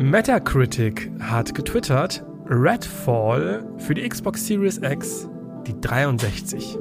Metacritic hat getwittert, Redfall für die Xbox Series X die 63.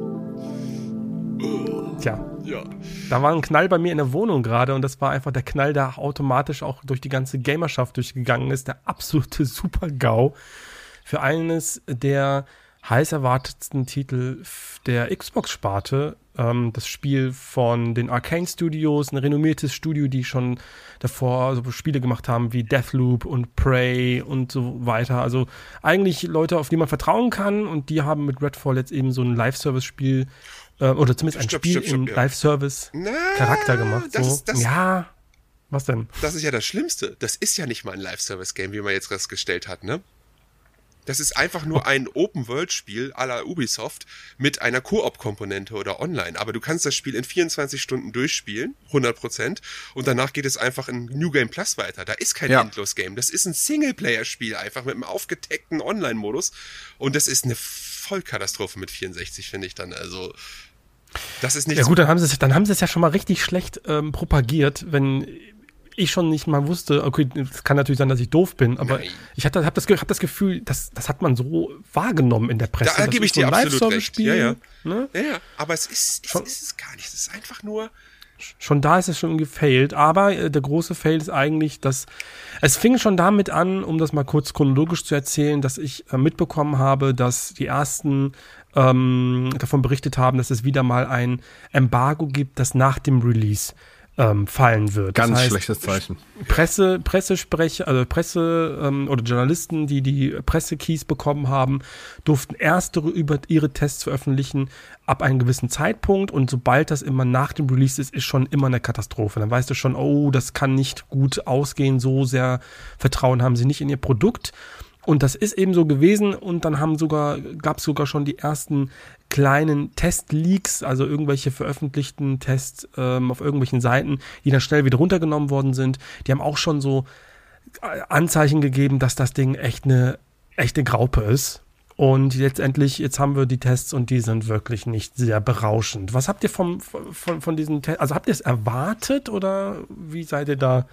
Tja, ja. Da war ein Knall bei mir in der Wohnung gerade und das war einfach der Knall, der automatisch auch durch die ganze Gamerschaft durchgegangen ist. Der absolute Super-GAU für eines der heiß erwartetsten Titel der Xbox-Sparte. Das Spiel von den Arcane Studios, ein renommiertes Studio, die schon davor so Spiele gemacht haben wie Deathloop und Prey und so weiter. Also eigentlich Leute, auf die man vertrauen kann, und die haben mit Redfall jetzt eben so ein Live-Service-Spiel oder zumindest ein Spiel im Live-Service-Charakter gemacht. Ja, was denn? Das ist ja das Schlimmste. Das ist ja nicht mal ein Live-Service-Game, wie man jetzt festgestellt hat, ne? Das ist einfach nur ein Open-World-Spiel à la Ubisoft mit einer Koop-Komponente oder online. Aber du kannst das Spiel in 24 Stunden durchspielen, 100%, und danach geht es einfach in New Game Plus weiter. Da ist kein Endlos-Game. Das ist ein Singleplayer-Spiel einfach mit einem aufgedeckten Online-Modus. Und das ist eine Vollkatastrophe mit 64, finde ich dann. Also, das ist nicht. Ja gut, dann haben sie es ja schon mal richtig schlecht propagiert, wenn ich schon nicht mal wusste, okay, es kann natürlich sein, dass ich doof bin, aber ich hab das Gefühl, das hat man so wahrgenommen in der Presse. Da gebe ich dir absolut recht. Ja. Ne? Ja, aber es ist es gar nicht. Es ist einfach nur. Schon da ist es schon gefailt, aber der große Fail ist eigentlich, dass es fing schon damit an, um das mal kurz chronologisch zu erzählen, dass ich mitbekommen habe, dass die ersten davon berichtet haben, dass es wieder mal ein Embargo gibt, das nach dem Release fallen wird. Ganz das heißt, schlechtes Zeichen. Pressesprecher, also Presse oder Journalisten, die Pressekeys bekommen haben, durften erst über ihre Tests veröffentlichen ab einem gewissen Zeitpunkt, und sobald das immer nach dem Release ist schon immer eine Katastrophe. Dann weißt du schon, oh, das kann nicht gut ausgehen, so sehr Vertrauen haben sie nicht in ihr Produkt. Und das ist eben so gewesen, und dann gab es sogar schon die ersten kleinen Testleaks, also irgendwelche veröffentlichten Tests auf irgendwelchen Seiten, die dann schnell wieder runtergenommen worden sind. Die haben auch schon so Anzeichen gegeben, dass das Ding echt eine echte Graupe ist. Und jetzt haben wir die Tests, und die sind wirklich nicht sehr berauschend. Was habt ihr von diesen Tests, also habt ihr es erwartet, oder wie steht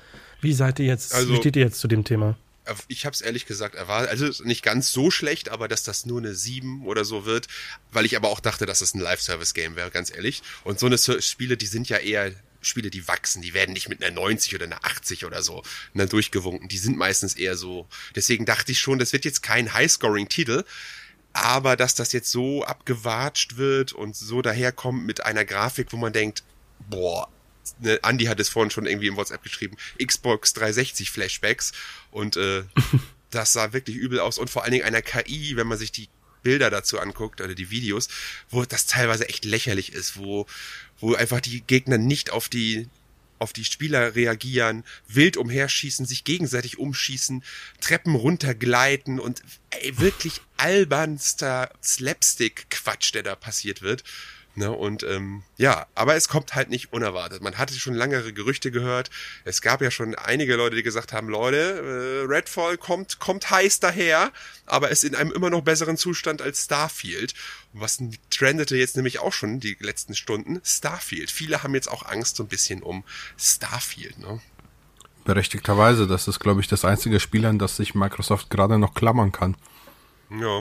ihr jetzt zu dem Thema? Ich habe es ehrlich gesagt erwartet, also nicht ganz so schlecht, aber dass das nur eine 7 oder so wird, weil ich aber auch dachte, dass es ein Live-Service-Game wäre, ganz ehrlich. Und so eine Spiele, die sind ja eher Spiele, die wachsen, die werden nicht mit einer 90 oder einer 80 oder so durchgewunken, die sind meistens eher so. Deswegen dachte ich schon, das wird jetzt kein High-Scoring-Titel, aber dass das jetzt so abgewatscht wird und so daherkommt mit einer Grafik, wo man denkt, boah, Andi hat es vorhin schon irgendwie im WhatsApp geschrieben, Xbox 360 Flashbacks, und das sah wirklich übel aus, und vor allen Dingen einer KI, wenn man sich die Bilder dazu anguckt oder die Videos, wo das teilweise echt lächerlich ist, wo einfach die Gegner nicht auf die Spieler reagieren, wild umherschießen, sich gegenseitig umschießen, Treppen runtergleiten und wirklich albernster Slapstick-Quatsch, der da passiert wird. Ne, und aber es kommt halt nicht unerwartet. Man hatte schon langere Gerüchte gehört. Es gab ja schon einige Leute, die gesagt haben, Leute, Redfall kommt heiß daher, aber ist in einem immer noch besseren Zustand als Starfield. Und was trendete jetzt nämlich auch schon die letzten Stunden? Starfield. Viele haben jetzt auch Angst so ein bisschen um Starfield. Ne? Berechtigterweise. Das ist, glaube ich, das einzige Spiel, an das sich Microsoft gerade noch klammern kann. Ja.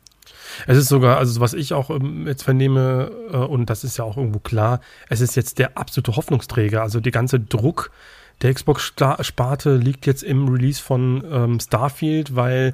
Es ist sogar, also was ich auch jetzt vernehme, und das ist ja auch irgendwo klar, es ist jetzt der absolute Hoffnungsträger. Also der ganze Druck der Xbox-Sparte liegt jetzt im Release von Starfield, weil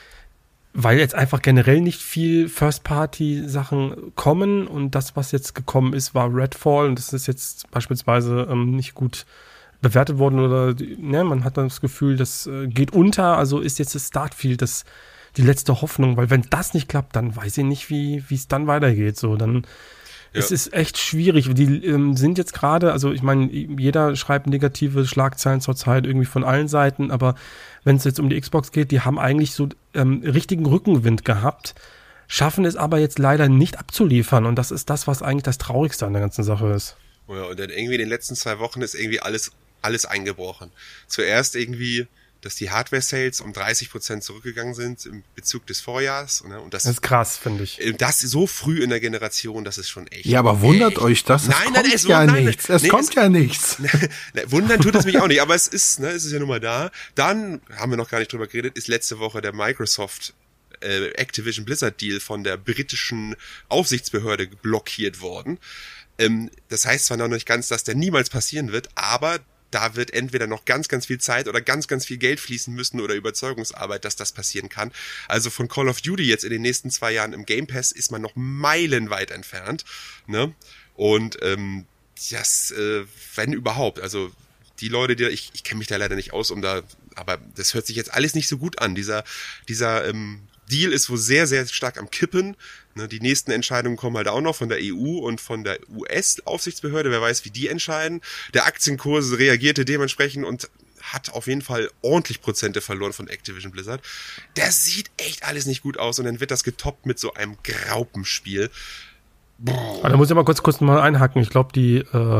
jetzt einfach generell nicht viel First-Party-Sachen kommen, und das, was jetzt gekommen ist, war Redfall, und das ist jetzt beispielsweise nicht gut bewertet worden, oder man hat dann das Gefühl, das geht unter, also ist jetzt das Starfield die letzte Hoffnung, weil wenn das nicht klappt, dann weiß ich nicht, wie es dann weitergeht. So, dann es ist echt schwierig. Die sind jetzt gerade, also ich meine, jeder schreibt negative Schlagzeilen zurzeit irgendwie von allen Seiten, aber wenn es jetzt um die Xbox geht, die haben eigentlich so richtigen Rückenwind gehabt, schaffen es aber jetzt leider nicht abzuliefern, und das ist das, was eigentlich das Traurigste an der ganzen Sache ist. Ja, und dann irgendwie in den letzten 2 Wochen ist irgendwie alles eingebrochen. Zuerst irgendwie dass die Hardware-Sales um 30% zurückgegangen sind im Bezug des Vorjahres. Ne? Und das ist krass, finde ich. Das so früh in der Generation, das ist schon echt. Ja, aber wundert euch das? Es kommt ja nichts. Wundern tut es mich auch nicht, aber es ist ja nun mal da. Dann, haben wir noch gar nicht drüber geredet, ist letzte Woche der Microsoft Activision Blizzard Deal von der britischen Aufsichtsbehörde blockiert worden. Das heißt zwar noch nicht ganz, dass der niemals passieren wird, aber da wird entweder noch ganz, ganz viel Zeit oder ganz, ganz viel Geld fließen müssen oder Überzeugungsarbeit, dass das passieren kann. Also von Call of Duty jetzt in den nächsten 2 Jahren im Game Pass ist man noch meilenweit entfernt. Ne? Und wenn überhaupt, also die Leute, ich kenne mich da leider nicht aus, aber das hört sich jetzt alles nicht so gut an. Dieser Deal ist wohl sehr, sehr stark am Kippen. Ne, die nächsten Entscheidungen kommen halt auch noch von der EU und von der US-Aufsichtsbehörde. Wer weiß, wie die entscheiden. Der Aktienkurs reagierte dementsprechend und hat auf jeden Fall ordentlich Prozente verloren von Activision Blizzard. Das sieht echt alles nicht gut aus und dann wird das getoppt mit so einem Graupenspiel. Aber da muss ich mal kurz mal einhaken. Ich glaube, die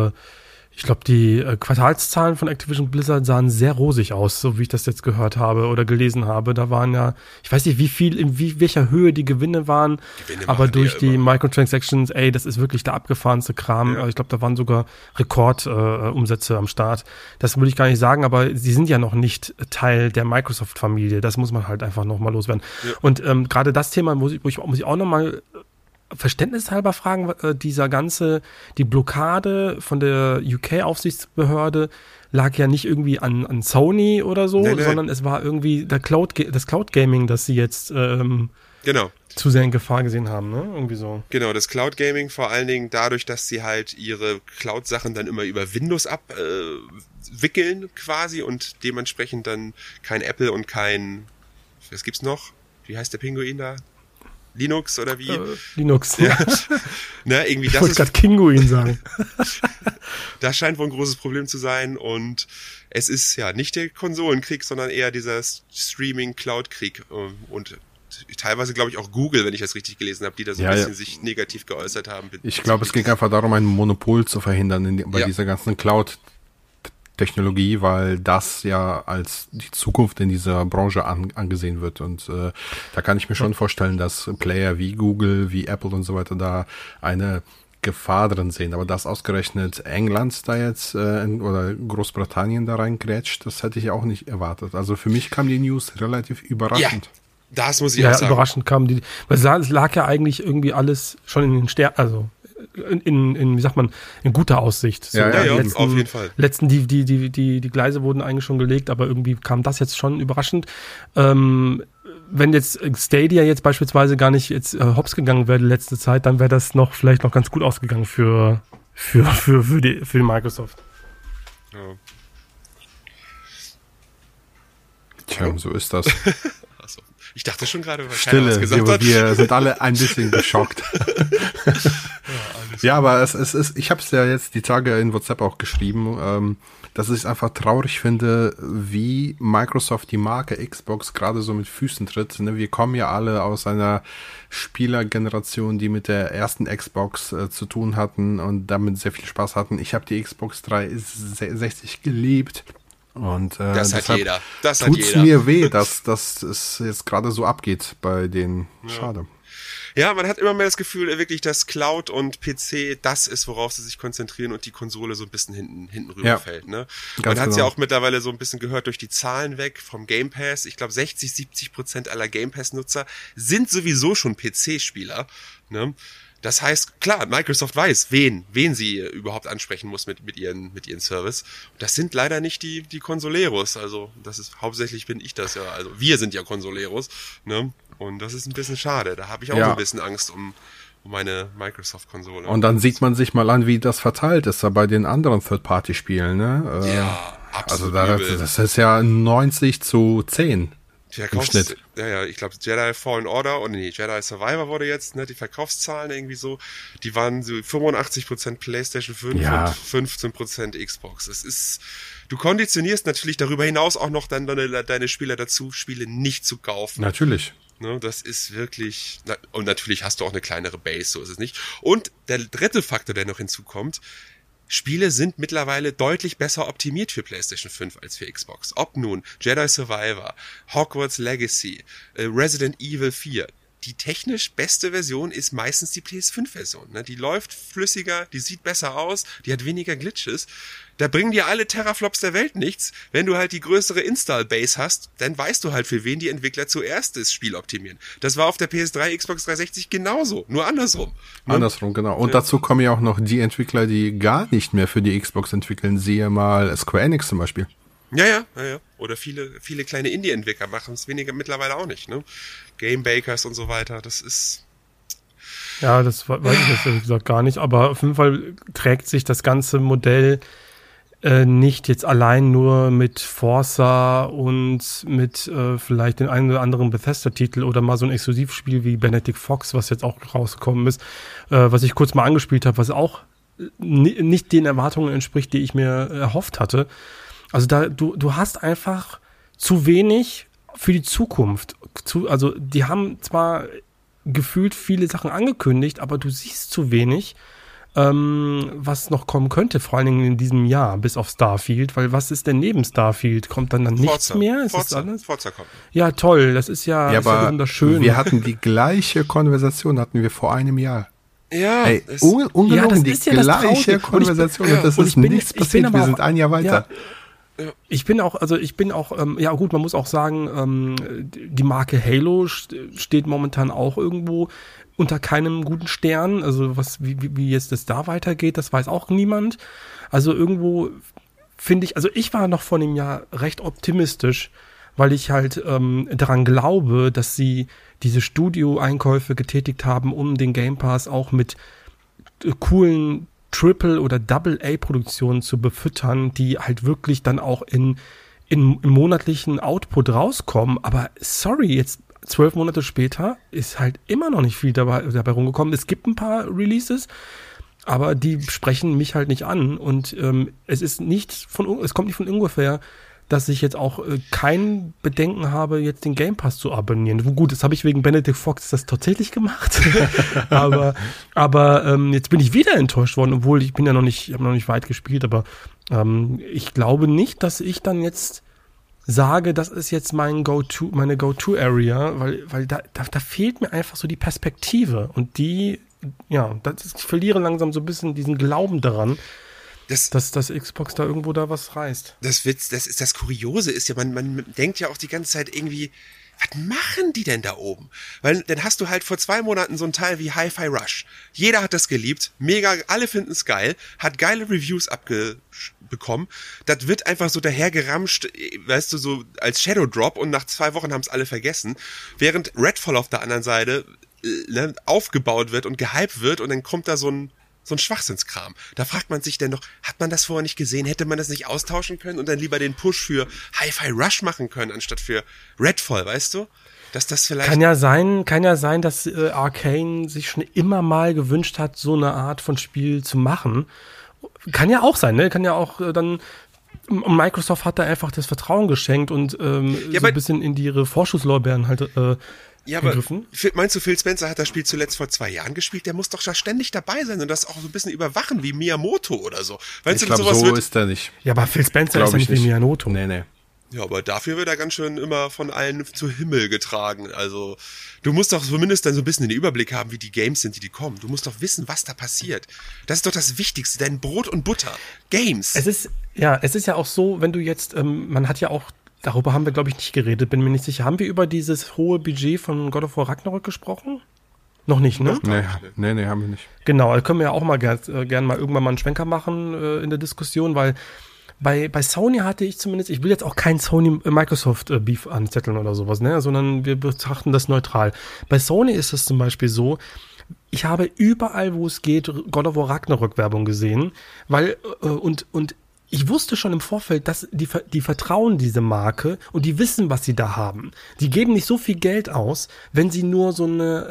Quartalszahlen von Activision Blizzard sahen sehr rosig aus, so wie ich das jetzt gehört habe oder gelesen habe. Da waren ja, ich weiß nicht, in welcher Höhe die Gewinne waren, aber durch die Microtransactions, das ist wirklich der abgefahrenste Kram. Ja. Ich glaube, da waren sogar Rekordumsätze am Start. Das würde ich gar nicht sagen, aber sie sind ja noch nicht Teil der Microsoft-Familie. Das muss man halt einfach nochmal loswerden. Ja. Und gerade das Thema muss ich auch nochmal verständnishalber fragen, die Blockade von der UK-Aufsichtsbehörde lag ja nicht irgendwie an Sony oder so, sondern es war irgendwie das Cloud Gaming, das sie jetzt zu sehr in Gefahr gesehen haben, ne? Irgendwie so. Genau, das Cloud Gaming vor allen Dingen dadurch, dass sie halt ihre Cloud-Sachen dann immer über Windows abwickeln quasi und dementsprechend dann kein Apple und was gibt's noch? Wie heißt der Pinguin da? Linux oder wie? Linux. Ja. Ne, irgendwie das ich wollte gerade Kinguin sagen. Das scheint wohl ein großes Problem zu sein und es ist ja nicht der Konsolenkrieg, sondern eher dieser Streaming-Cloud-Krieg und teilweise glaube ich auch Google, wenn ich das richtig gelesen habe, die da so ein bisschen sich negativ geäußert haben. Ich glaube, es ging einfach darum, ein Monopol zu verhindern bei dieser ganzen Cloud-Technologie, weil das ja als die Zukunft in dieser Branche angesehen wird. Und da kann ich mir schon vorstellen, dass Player wie Google, wie Apple und so weiter da eine Gefahr drin sehen. Aber dass ausgerechnet England da jetzt oder Großbritannien da reingrätscht, das hätte ich auch nicht erwartet. Also für mich kam die News relativ überraschend. Ja. Das muss ich auch sagen. Überraschend kam weil es lag ja eigentlich irgendwie alles schon in den Sternen, also in wie sagt man, in guter Aussicht. So, auf jeden Fall. Die Gleise wurden eigentlich schon gelegt, aber irgendwie kam das jetzt schon überraschend. Wenn jetzt Stadia jetzt beispielsweise gar nicht jetzt hops gegangen wäre die letzte Zeit, dann wäre das vielleicht noch ganz gut ausgegangen für die Microsoft. Ja. Tja, so ist das. Achso. Ich dachte schon gerade, was Stille, was gesagt hat. Wir sind alle ein bisschen geschockt. Ja, aber ich habe es ja jetzt die Tage in WhatsApp auch geschrieben, dass ich es einfach traurig finde, wie Microsoft die Marke Xbox gerade so mit Füßen tritt. Ne? Wir kommen ja alle aus einer Spielergeneration, die mit der ersten Xbox zu tun hatten und damit sehr viel Spaß hatten. Ich habe die Xbox 360 geliebt. Und das hat jeder. Tut's mir weh, dass es jetzt gerade so abgeht bei denen. Schade. Ja, man hat immer mehr das Gefühl, wirklich, dass Cloud und PC das ist, worauf sie sich konzentrieren und die Konsole so ein bisschen hinten rüberfällt. Ne? Man hat es ja auch mittlerweile so ein bisschen gehört durch die Zahlen weg vom Game Pass. Ich glaube, 60-70% aller Game Pass-Nutzer sind sowieso schon PC-Spieler. Ne? Das heißt, klar, Microsoft weiß, wen sie überhaupt ansprechen muss mit ihren Service. Und das sind leider nicht die Consoleros. Also, hauptsächlich bin ich das ja. Also, wir sind ja Consoleros, ne? Und das ist ein bisschen schade. Da habe ich auch so ein bisschen Angst um meine Microsoft-Konsole. Und dann sieht man sich mal an, wie das verteilt ist da bei den anderen Third-Party-Spielen, ne? Ja, absolut. Also das ist ja 90-10. Im Schnitt. Ja, ich glaube Jedi Fallen Order Jedi Survivor wurde jetzt, ne, die Verkaufszahlen irgendwie so, die waren so 85% PlayStation 5 und 15% Xbox. Du konditionierst natürlich darüber hinaus auch noch dann deine Spieler dazu, Spiele nicht zu kaufen. Natürlich. Ne, das ist wirklich, und natürlich hast du auch eine kleinere Base, so ist es nicht. Und der dritte Faktor, der noch hinzukommt, Spiele sind mittlerweile deutlich besser optimiert für PlayStation 5 als für Xbox. Ob nun Jedi Survivor, Hogwarts Legacy, Resident Evil 4. Die technisch beste Version ist meistens die PS5-Version. Ne? Die läuft flüssiger, die sieht besser aus, die hat weniger Glitches. Da bringen dir alle Teraflops der Welt nichts. Wenn du halt die größere Install-Base hast, dann weißt du halt, für wen die Entwickler zuerst das Spiel optimieren. Das war auf der PS3, Xbox 360 genauso, nur andersrum. Ne? Andersrum, genau. Und dazu kommen ja auch noch die Entwickler, die gar nicht mehr für die Xbox entwickeln. Siehe mal Square Enix zum Beispiel. Ja. Oder viele kleine Indie-Entwickler machen es weniger mittlerweile auch nicht, ne? Game Bakers und so weiter, das ist... Ja, das weiß ich jetzt ehrlich gesagt gar nicht, aber auf jeden Fall trägt sich das ganze Modell nicht jetzt allein nur mit Forza und mit vielleicht den einen oder anderen Bethesda-Titel oder mal so ein Exklusivspiel wie Benedict Fox, was jetzt auch rausgekommen ist, was ich kurz mal angespielt habe, was auch nicht den Erwartungen entspricht, die ich mir erhofft hatte. Also du hast einfach zu wenig für die Zukunft. Also die haben zwar gefühlt viele Sachen angekündigt, aber du siehst zu wenig, was noch kommen könnte, vor allen Dingen in diesem Jahr, bis auf Starfield, weil was ist denn neben Starfield? Kommt dann nichts mehr? Ist das alles? Forza kommt. Ja, toll, das ist ja, ja, ist ja wunderschön. Wir hatten die gleiche Konversation, hatten wir vor einem Jahr. Ja, ey, ungelogen, das die ist ja gleiche Konversation und das ist nichts passiert, wir sind ein Jahr weiter. Ja. Ich bin auch, ja gut, man muss auch sagen, die Marke Halo steht momentan auch irgendwo unter keinem guten Stern. Also wie jetzt das da weitergeht, das weiß auch niemand. Also irgendwo finde ich, also ich war noch vor einem Jahr recht optimistisch, weil ich halt daran glaube, dass sie diese Studio-Einkäufe getätigt haben, um den Game Pass auch mit coolen Triple- oder Double-A-Produktionen zu befüttern, die halt wirklich dann auch in monatlichen Output rauskommen. Aber sorry, jetzt 12 Monate später ist halt immer noch nicht viel dabei rumgekommen. Es gibt ein paar Releases, aber die sprechen mich halt nicht an. Und es kommt nicht von ungefähr, dass ich jetzt auch kein Bedenken habe, jetzt den Game Pass zu abonnieren. Gut, das habe ich wegen Benedict Fox das tatsächlich gemacht. aber jetzt bin ich wieder enttäuscht worden, obwohl ich habe noch nicht weit gespielt, aber ich glaube nicht, dass ich dann jetzt sage, das ist jetzt meine Go-To-Area, weil da fehlt mir einfach so die Perspektive und ich verliere langsam so ein bisschen diesen Glauben daran, dass Xbox da irgendwo da was reißt. Das Kuriose ist ja, man denkt ja auch die ganze Zeit irgendwie, was machen die denn da oben? Weil dann hast du halt vor 2 Monaten so ein Teil wie Hi-Fi Rush. Jeder hat das geliebt, mega, alle finden es geil, hat geile Reviews abbekommen. Das wird einfach so dahergeramscht, weißt du, so als Shadow Drop und nach 2 Wochen haben es alle vergessen. Während Redfall auf der anderen Seite aufgebaut wird und gehypt wird und dann kommt da so ein Schwachsinnskram. Da fragt man sich denn doch, hat man das vorher nicht gesehen? Hätte man das nicht austauschen können und dann lieber den Push für Hi-Fi Rush machen können, anstatt für Redfall, weißt du? Dass das vielleicht... Kann ja sein, dass Arcane sich schon immer mal gewünscht hat, so eine Art von Spiel zu machen. Kann ja auch sein, ne? Kann ja auch dann... Microsoft hat da einfach das Vertrauen geschenkt und so ein bisschen in ihre Vorschusslorbeeren halt gegriffen. Meinst du, Phil Spencer hat das Spiel zuletzt vor 2 Jahren gespielt? Der muss doch da ständig dabei sein und das auch so ein bisschen überwachen, wie Miyamoto oder so. Ich glaube, so ist er nicht. Ja, aber Phil Spencer ist ja nicht wie Miyamoto. Nee. Ja, aber dafür wird er ganz schön immer von allen zu Himmel getragen. Also, du musst doch zumindest dann so ein bisschen den Überblick haben, wie die Games sind, die kommen. Du musst doch wissen, was da passiert. Das ist doch das Wichtigste, dein Brot und Butter. Games. Es ist ja auch so, wenn du jetzt, man hat ja auch, darüber haben wir, glaube ich, nicht geredet, bin mir nicht sicher. Haben wir über dieses hohe Budget von God of War Ragnarök gesprochen? Noch nicht, ne? Nee, haben wir nicht. Genau, da können wir ja auch mal gern mal irgendwann mal einen Schwenker machen in der Diskussion, weil bei Sony hatte ich zumindest, ich will jetzt auch kein Sony-Microsoft-Beef anzetteln oder sowas, ne, sondern wir betrachten das neutral. Bei Sony ist es zum Beispiel so, ich habe überall, wo es geht, God of War Ragnarök-Werbung gesehen, weil, und ich wusste schon im Vorfeld, dass die vertrauen diese Marke und die wissen, was sie da haben. Die geben nicht so viel Geld aus, wenn sie nur so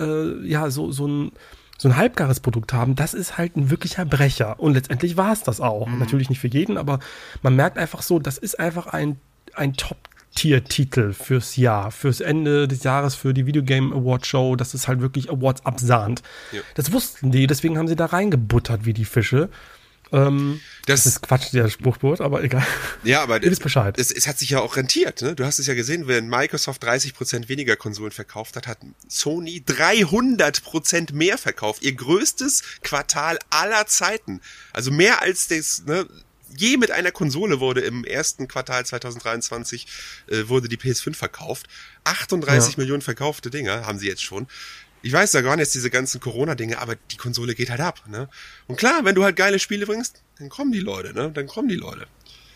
ein halbgares Produkt haben. Das ist halt ein wirklicher Brecher. Und letztendlich war es das auch. Natürlich nicht für jeden, aber man merkt einfach so, das ist einfach ein Top-Tier-Titel fürs Jahr, fürs Ende des Jahres, für die Video Game Award Show, dass es halt wirklich Awards absahnt. Ja. Das wussten die, deswegen haben sie da reingebuttert wie die Fische. Das ist Quatsch, der Spruchwort, aber egal. Ja, aber ihr wisst Bescheid. Es hat sich ja auch rentiert, ne? Du hast es ja gesehen, wenn Microsoft 30% weniger Konsolen verkauft hat, hat Sony 300% mehr verkauft. Ihr größtes Quartal aller Zeiten. Also mehr als das, ne? Je mit einer Konsole wurde im ersten Quartal 2023 wurde die PS5 verkauft. 38 Millionen verkaufte Dinger haben sie jetzt schon. Ich weiß, da waren jetzt diese ganzen Corona-Dinge, aber die Konsole geht halt ab, ne? Und klar, wenn du halt geile Spiele bringst, dann kommen die Leute, ne? Dann kommen die Leute.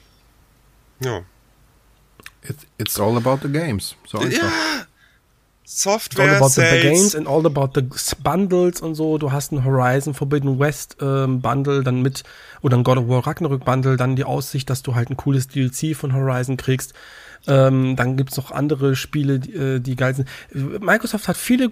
Ja. It's all about the games. So einfach. Ja! Software, all about Sales. the games and all about the Bundles und so. Du hast ein Horizon Forbidden West Bundle dann mit, oder ein God of War Ragnarök Bundle, dann die Aussicht, dass du halt ein cooles DLC von Horizon kriegst. Dann gibt's noch andere Spiele, die geil sind. Microsoft hat viele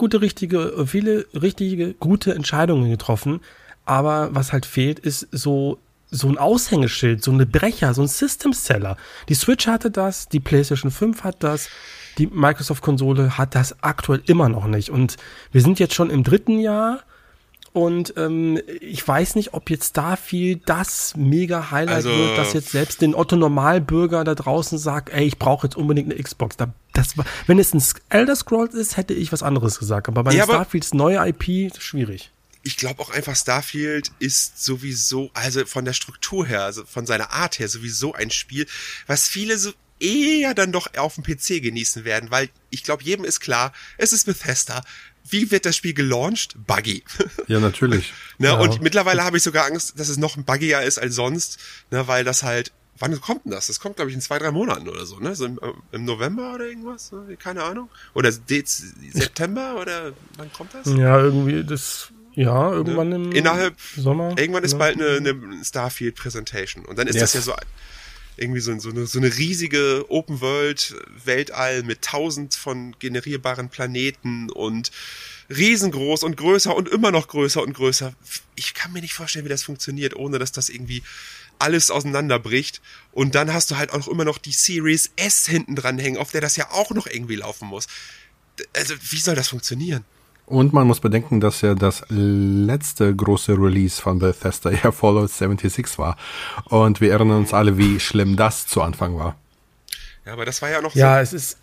richtige, gute Entscheidungen getroffen, aber was halt fehlt, ist so ein Aushängeschild, so eine Brecher, so ein System-Seller. Die Switch hatte das, die PlayStation 5 hat das, die Microsoft-Konsole hat das aktuell immer noch nicht. Und wir sind jetzt schon im 3. Jahr. Und ich weiß nicht, ob jetzt Starfield das mega Highlight wird, dass jetzt selbst den Otto-Normalbürger da draußen sagt, ey, ich brauche jetzt unbedingt eine Xbox. Wenn es ein Elder Scrolls ist, hätte ich was anderes gesagt. Aber bei Starfields neue IP ist schwierig. Ich glaube auch einfach, Starfield ist sowieso, also von der Struktur her, also von seiner Art her sowieso ein Spiel, was viele so eher dann doch auf dem PC genießen werden, weil ich glaube, jedem ist klar, es ist Bethesda. Wie wird das Spiel gelauncht? Buggy. Ja, natürlich. Ne, ja. Und mittlerweile habe ich sogar Angst, dass es noch buggier ist als sonst, ne, weil das halt, wann kommt denn das? Das kommt, glaube ich, in 2-3 Monaten oder so, ne? So im November oder irgendwas? Keine Ahnung. Oder September oder wann kommt das? Ja, irgendwie irgendwann im Sommer. Irgendwann ist bald eine Starfield Presentation. Und dann ist das ja so irgendwie so eine riesige Open World Weltall mit 1000 von generierbaren Planeten und riesengroß und größer und immer noch größer und größer. Ich kann mir nicht vorstellen, wie das funktioniert, ohne dass das irgendwie alles auseinanderbricht. Und dann hast du halt auch immer noch die Series S hinten dran hängen, auf der das ja auch noch irgendwie laufen muss. Also, wie soll das funktionieren? Und man muss bedenken, dass ja das letzte große Release von Bethesda ja Fallout 76 war. Und wir erinnern uns alle, wie schlimm das zu Anfang war. Ja, aber das war ja noch so. Ja, es ist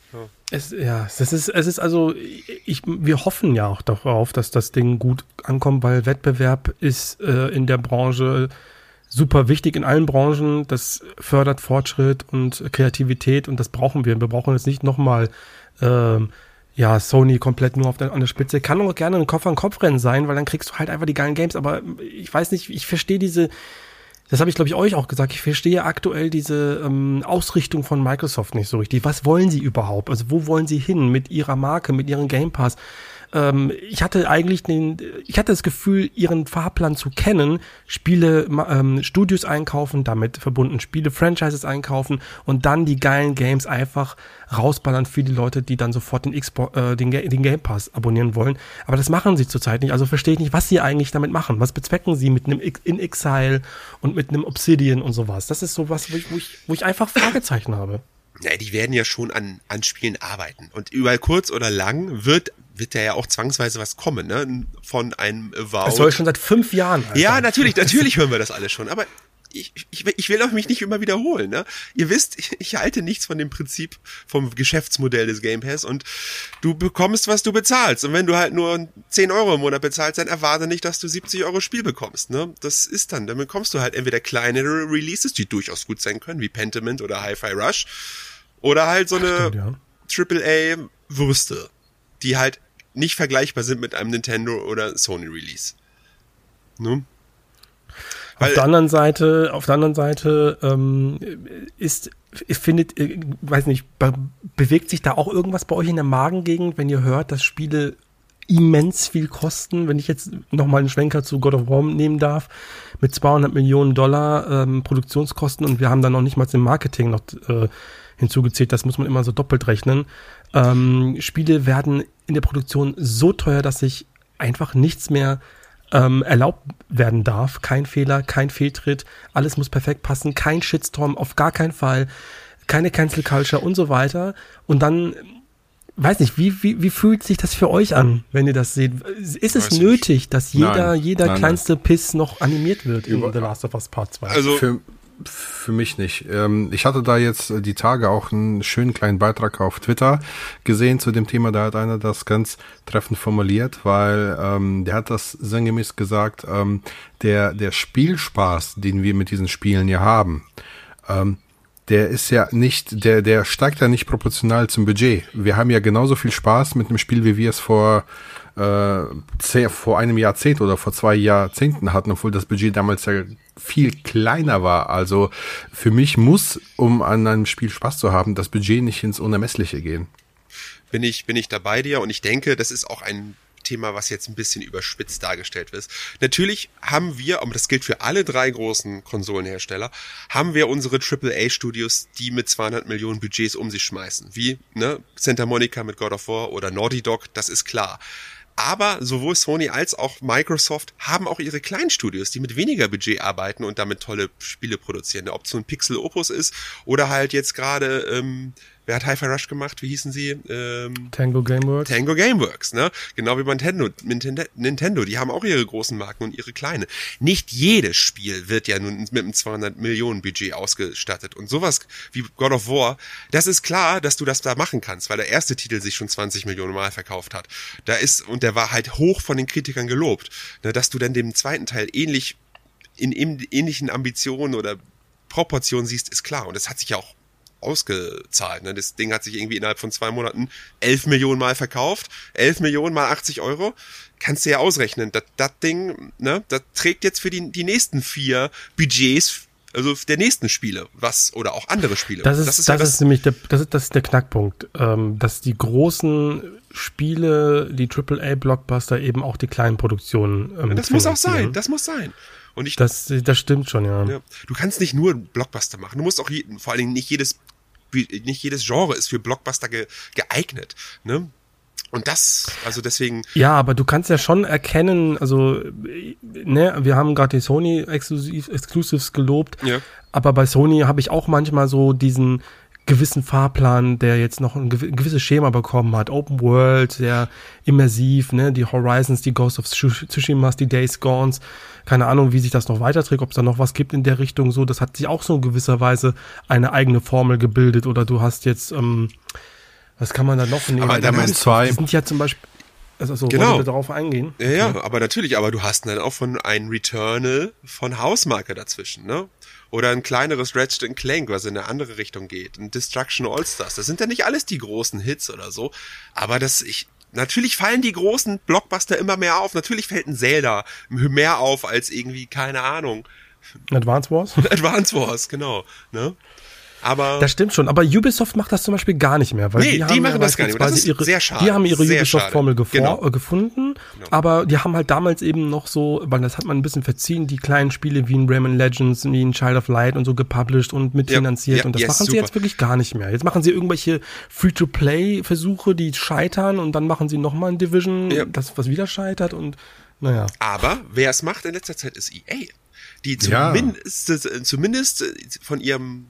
also, wir hoffen ja auch darauf, dass das Ding gut ankommt, weil Wettbewerb ist in der Branche super wichtig, in allen Branchen. Das fördert Fortschritt und Kreativität und das brauchen wir. Wir brauchen jetzt nicht nochmal Sony komplett nur an der Spitze. Kann auch gerne ein Kopf-an-Kopf-Rennen sein, weil dann kriegst du halt einfach die geilen Games. Aber ich weiß nicht, ich verstehe das habe ich, glaube ich, euch auch gesagt, ich verstehe aktuell diese Ausrichtung von Microsoft nicht so richtig. Was wollen sie überhaupt? Also wo wollen sie hin mit ihrer Marke, mit ihrem Game Pass? Ich hatte das Gefühl, ihren Fahrplan zu kennen, Spiele, Studios einkaufen, damit verbunden Spiele, Franchises einkaufen und dann die geilen Games einfach rausballern für die Leute, die dann sofort den Game Pass abonnieren wollen. Aber das machen sie zurzeit nicht, also verstehe ich nicht, was sie eigentlich damit machen. Was bezwecken sie mit einem In Exile und mit einem Obsidian und sowas? Das ist sowas, wo ich einfach Fragezeichen habe. Ja, die werden ja schon an Spielen arbeiten. Und über kurz oder lang wird da ja auch zwangsweise was kommen, ne? Von einem Avowed. Das soll schon seit 5 Jahren. Alter. Ja, natürlich hören wir das alles schon. Aber ich will auch mich nicht immer wiederholen, ne? Ihr wisst, ich halte nichts von dem Prinzip vom Geschäftsmodell des Game Pass und du bekommst, was du bezahlst. Und wenn du halt nur 10 Euro im Monat bezahlst, dann erwarte nicht, dass du 70 Euro Spiel bekommst, ne? Das ist dann bekommst du halt entweder kleinere Releases, die durchaus gut sein können, wie Pentiment oder Hi-Fi Rush, oder halt so eine AAA-Würste, die halt nicht vergleichbar sind mit einem Nintendo oder Sony Release. Ne? Auf der anderen Seite bewegt sich da auch irgendwas bei euch in der Magengegend, wenn ihr hört, dass Spiele immens viel kosten? Wenn ich jetzt nochmal einen Schwenker zu God of War nehmen darf, mit $200 Millionen Produktionskosten und wir haben da noch nicht mal im Marketing noch hinzugezählt, das muss man immer so doppelt rechnen. Spiele werden in der Produktion so teuer, dass sich einfach nichts mehr erlaubt werden darf. Kein Fehler, kein Fehltritt, alles muss perfekt passen, kein Shitstorm, auf gar keinen Fall, keine Cancel Culture und so weiter. Und dann weiß nicht, wie fühlt sich das für euch an, wenn ihr das seht? Ist es Weiß nötig, dass jeder Nein. kleinste Piss noch animiert wird in The Last of Us Part 2? Also, Für mich nicht. Ich hatte da jetzt die Tage auch einen schönen kleinen Beitrag auf Twitter gesehen zu dem Thema. Da hat einer das ganz treffend formuliert, weil der hat das sinngemäß gesagt, der Spielspaß, den wir mit diesen Spielen hier haben, der ist ja nicht, der steigt ja nicht proportional zum Budget. Wir haben ja genauso viel Spaß mit einem Spiel, wie wir es vor einem Jahrzehnt oder vor 2 Jahrzehnten hatten, obwohl das Budget damals ja viel kleiner war. Also für mich muss, um an einem Spiel Spaß zu haben, das Budget nicht ins Unermessliche gehen. bin ich da bei dir und ich denke, das ist auch ein Thema, was jetzt ein bisschen überspitzt dargestellt wird. Natürlich haben wir, und das gilt für alle 3 großen Konsolenhersteller, haben wir unsere AAA-Studios, die mit 200 Millionen Budgets um sich schmeißen. Wie Santa Monica mit God of War oder Naughty Dog, das ist klar. Aber sowohl Sony als auch Microsoft haben auch ihre kleinen Studios, die mit weniger Budget arbeiten und damit tolle Spiele produzieren. Ob es so ein Pixel Opus ist oder halt jetzt gerade, wer hat Hi-Fi Rush gemacht? Wie hießen sie? Tango Gameworks. Tango Gameworks, ne? Genau wie bei Nintendo. Die haben auch ihre großen Marken und ihre kleine. Nicht jedes Spiel wird ja nun mit einem 200 Millionen Budget ausgestattet. Und sowas wie God of War, das ist klar, dass du das da machen kannst, weil der erste Titel sich schon 20 Millionen Mal verkauft hat. Und der war halt hoch von den Kritikern gelobt. Ne? Dass du dann dem zweiten Teil in ähnlichen Ambitionen oder Proportionen siehst, ist klar. Und das hat sich ja auch ausgezahlt. Ne? Das Ding hat sich irgendwie innerhalb von 2 Monaten 11 Millionen Mal verkauft. 11 Millionen mal 80 Euro. Kannst du ja ausrechnen. Das Ding, ne, das trägt jetzt für die nächsten 4 Budgets, also der nächsten Spiele, oder auch andere Spiele. Das ist nämlich der Knackpunkt, dass die großen Spiele, die AAA-Blockbuster eben auch die kleinen Produktionen das muss auch sein, das muss sein. Und das stimmt schon, ja. Du kannst nicht nur Blockbuster machen, du musst auch vor allen Dingen nicht jedes Genre ist für Blockbuster geeignet, ne? Und deswegen. Ja, aber du kannst ja schon erkennen, also, ne, wir haben gerade die Sony Exclusives gelobt, ja. Aber bei Sony habe ich auch manchmal so diesen gewissen Fahrplan, der jetzt noch ein gewisses Schema bekommen hat. Open World, sehr immersiv, ne, die Horizons, die Ghost of Tsushimas, die Days Gones, keine Ahnung, wie sich das noch weiterträgt, ob es da noch was gibt in der Richtung, so, das hat sich auch so in gewisser Weise eine eigene Formel gebildet, oder du hast jetzt, was kann man da noch nehmen? Aber Spider-Man 2 sind ja zum Beispiel, also genau. Wollen wir darauf eingehen? Ja, okay. Aber natürlich, aber du hast dann auch von einem Returnal von Hausmarke dazwischen, ne? Oder ein kleineres Ratchet & Clank, was in eine andere Richtung geht. Ein Destruction All-Stars. Das sind ja nicht alles die großen Hits oder so. Aber natürlich fallen die großen Blockbuster immer mehr auf. Natürlich fällt ein Zelda mehr auf als irgendwie, keine Ahnung. Advance Wars? Advance Wars, genau. Ne? Aber das stimmt schon, aber Ubisoft macht das zum Beispiel gar nicht mehr. Weil die machen das gar nicht mehr. Das ist sehr schade. Die haben ihre Ubisoft-Formel gefunden, genau. Aber die haben halt damals eben noch so, weil das hat man ein bisschen verziehen, die kleinen Spiele wie ein Rayman Legends, wie ein Child of Light und so gepublished und mitfinanziert. Und das machen sie jetzt wirklich gar nicht mehr. Jetzt machen sie irgendwelche Free-to-Play-Versuche, die scheitern, und dann machen sie nochmal ein Division, das was wieder scheitert, und naja. Aber wer es macht in letzter Zeit ist EA. Die zumindest von ihrem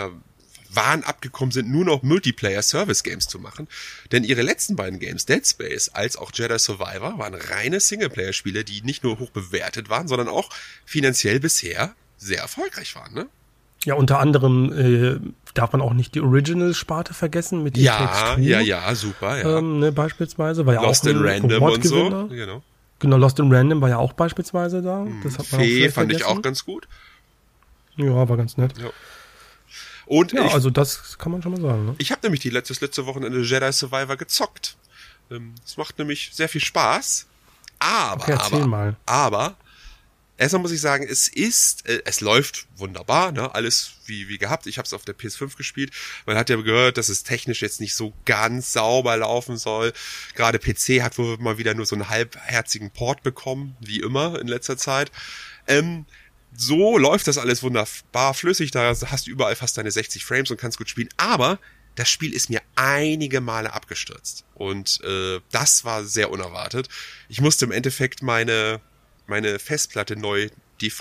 Wahn abgekommen sind, nur noch Multiplayer-Service-Games zu machen. Denn ihre letzten beiden Games, Dead Space als auch Jedi Survivor, waren reine Singleplayer-Spiele, die nicht nur hoch bewertet waren, sondern auch finanziell bisher sehr erfolgreich waren, ne? Ja, unter anderem darf man auch nicht die Original-Sparte vergessen mit Ja, super, ja. Ne, beispielsweise war ja Lost auch ein in Random und so, Genau, Lost in Random war ja auch beispielsweise da. Das hat man Fee auch fand vergessen. ich auch ganz gut. Ja, war ganz nett. Ja. Und also das kann man schon mal sagen. Ne? Ich habe nämlich das letzte Wochenende Jedi Survivor gezockt. Es macht nämlich sehr viel Spaß. Aber erstmal muss ich sagen, es läuft wunderbar, ne? Alles wie gehabt. Ich habe es auf der PS5 gespielt. Man hat ja gehört, dass es technisch jetzt nicht so ganz sauber laufen soll. Gerade PC hat wohl mal wieder nur so einen halbherzigen Port bekommen, wie immer in letzter Zeit. So läuft das alles wunderbar flüssig, da hast du überall fast deine 60 Frames und kannst gut spielen, aber das Spiel ist mir einige Male abgestürzt und das war sehr unerwartet. Ich musste im Endeffekt meine Festplatte neu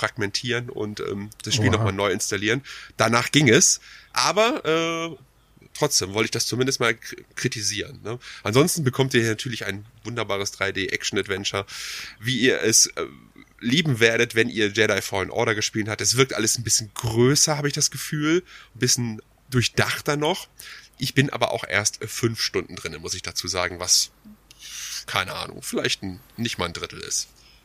defragmentieren und das Spiel nochmal neu installieren. Danach ging es, aber trotzdem wollte ich das zumindest mal kritisieren. Ne? Ansonsten bekommt ihr hier natürlich ein wunderbares 3D-Action-Adventure, wie ihr es lieben werdet, wenn ihr Jedi Fallen Order gespielt habt. Es wirkt alles ein bisschen größer, habe ich das Gefühl, ein bisschen durchdachter noch. Ich bin aber auch erst 5 Stunden drin, muss ich dazu sagen, was, keine Ahnung, vielleicht nicht mal ein Drittel ist.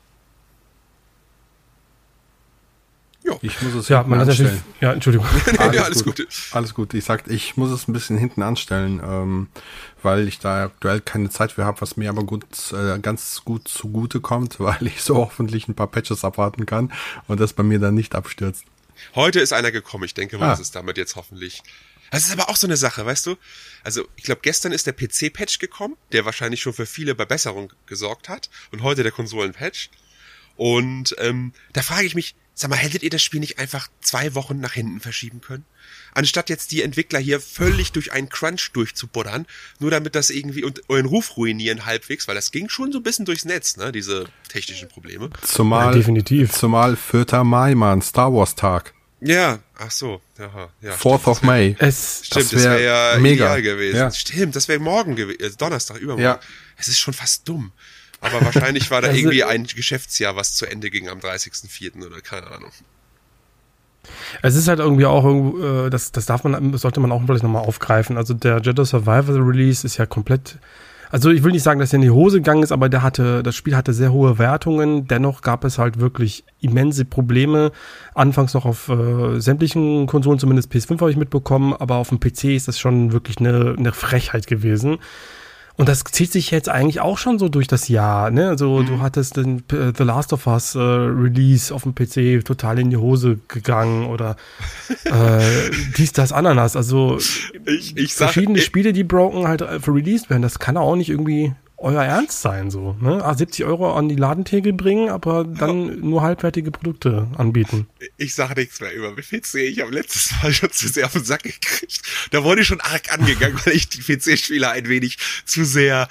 Jo. Ich muss es man hat anstellen. Ja, Entschuldigung. Alles gut. Alles gut. Ich muss es ein bisschen hinten anstellen, weil ich da aktuell keine Zeit für habe, was mir aber ganz gut zugute kommt, weil ich so hoffentlich ein paar Patches abwarten kann und das bei mir dann nicht abstürzt. Heute ist einer gekommen. Ich denke mal, das ist damit jetzt hoffentlich. Das ist aber auch so eine Sache, weißt du? Also, ich glaube, gestern ist der PC-Patch gekommen, der wahrscheinlich schon für viele Verbesserungen gesorgt hat. Und heute der Konsolen-Patch. Und da frage ich mich, sag mal, hättet ihr das Spiel nicht einfach 2 Wochen nach hinten verschieben können? Anstatt jetzt die Entwickler hier völlig durch einen Crunch durchzubuddern, nur damit das irgendwie und euren Ruf ruinieren halbwegs, weil das ging schon so ein bisschen durchs Netz, ne, diese technischen Probleme. Zumal 4. Mai, Mann, Star Wars Tag. Ja, ach so, ja. 4th of May. Stimmt, das wäre ja mega ideal gewesen. Ja. Stimmt, das wäre morgen gewesen, Donnerstag, übermorgen. Ja. Es ist schon fast dumm. Aber wahrscheinlich war da irgendwie ein Geschäftsjahr, was zu Ende ging am 30.04. oder keine Ahnung. Es ist halt irgendwie auch, das sollte man auch vielleicht nochmal aufgreifen. Also der Jedi Survivor Release ist ja komplett, also ich will nicht sagen, dass er in die Hose gegangen ist, aber das Spiel hatte sehr hohe Wertungen. Dennoch gab es halt wirklich immense Probleme. Anfangs noch auf sämtlichen Konsolen, zumindest PS5 habe ich mitbekommen, aber auf dem PC ist das schon wirklich eine Frechheit gewesen. Und das zieht sich jetzt eigentlich auch schon so durch das Jahr, ne? Also du hattest den The Last of Us Release auf dem PC total in die Hose gegangen oder dies, das, Ananas. Also verschiedene Spiele, die broken halt released werden, das kann auch nicht irgendwie euer Ernst sein, so, ne? 70 € an die Ladentheke bringen, aber dann nur halbwertige Produkte anbieten. Ich sage nichts mehr über PC. Ich habe letztes Mal schon zu sehr auf den Sack gekriegt. Da wurde ich schon arg angegangen, weil ich die PC-Spieler ein wenig zu sehr,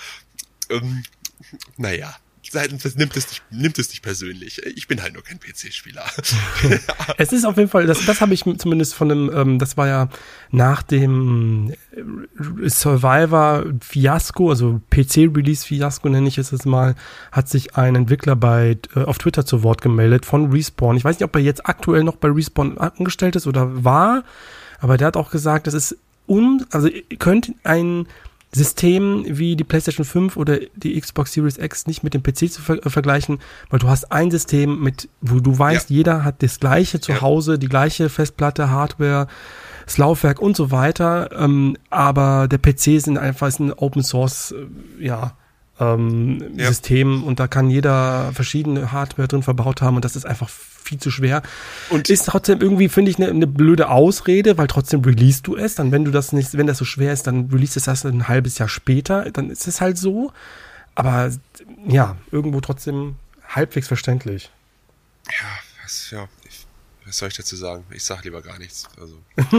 nimmt es nicht persönlich. Ich bin halt nur kein PC-Spieler. Es ist auf jeden Fall, das habe ich zumindest von einem, das war ja nach dem Survivor-Fiasko, also PC-Release-Fiasko nenne ich es jetzt mal, hat sich ein Entwickler auf Twitter zu Wort gemeldet von Respawn. Ich weiß nicht, ob er jetzt aktuell noch bei Respawn angestellt ist oder war, aber der hat auch gesagt, das ist also ihr könnt ein System wie die PlayStation 5 oder die Xbox Series X nicht mit dem PC zu vergleichen, weil du hast ein System wo du weißt, jeder hat das gleiche zu Hause, die gleiche Festplatte, Hardware, das Laufwerk und so weiter, aber der PC ist ein Open Source, System und da kann jeder verschiedene Hardware drin verbaut haben und das ist einfach viel zu schwer. Und ist trotzdem irgendwie, finde ich, eine blöde Ausrede, weil trotzdem releast du es, dann wenn das so schwer ist, dann release es das ein halbes Jahr später, dann ist es halt so. Aber ja, irgendwo trotzdem halbwegs verständlich. Was soll ich dazu sagen? Ich sag lieber gar nichts. Also.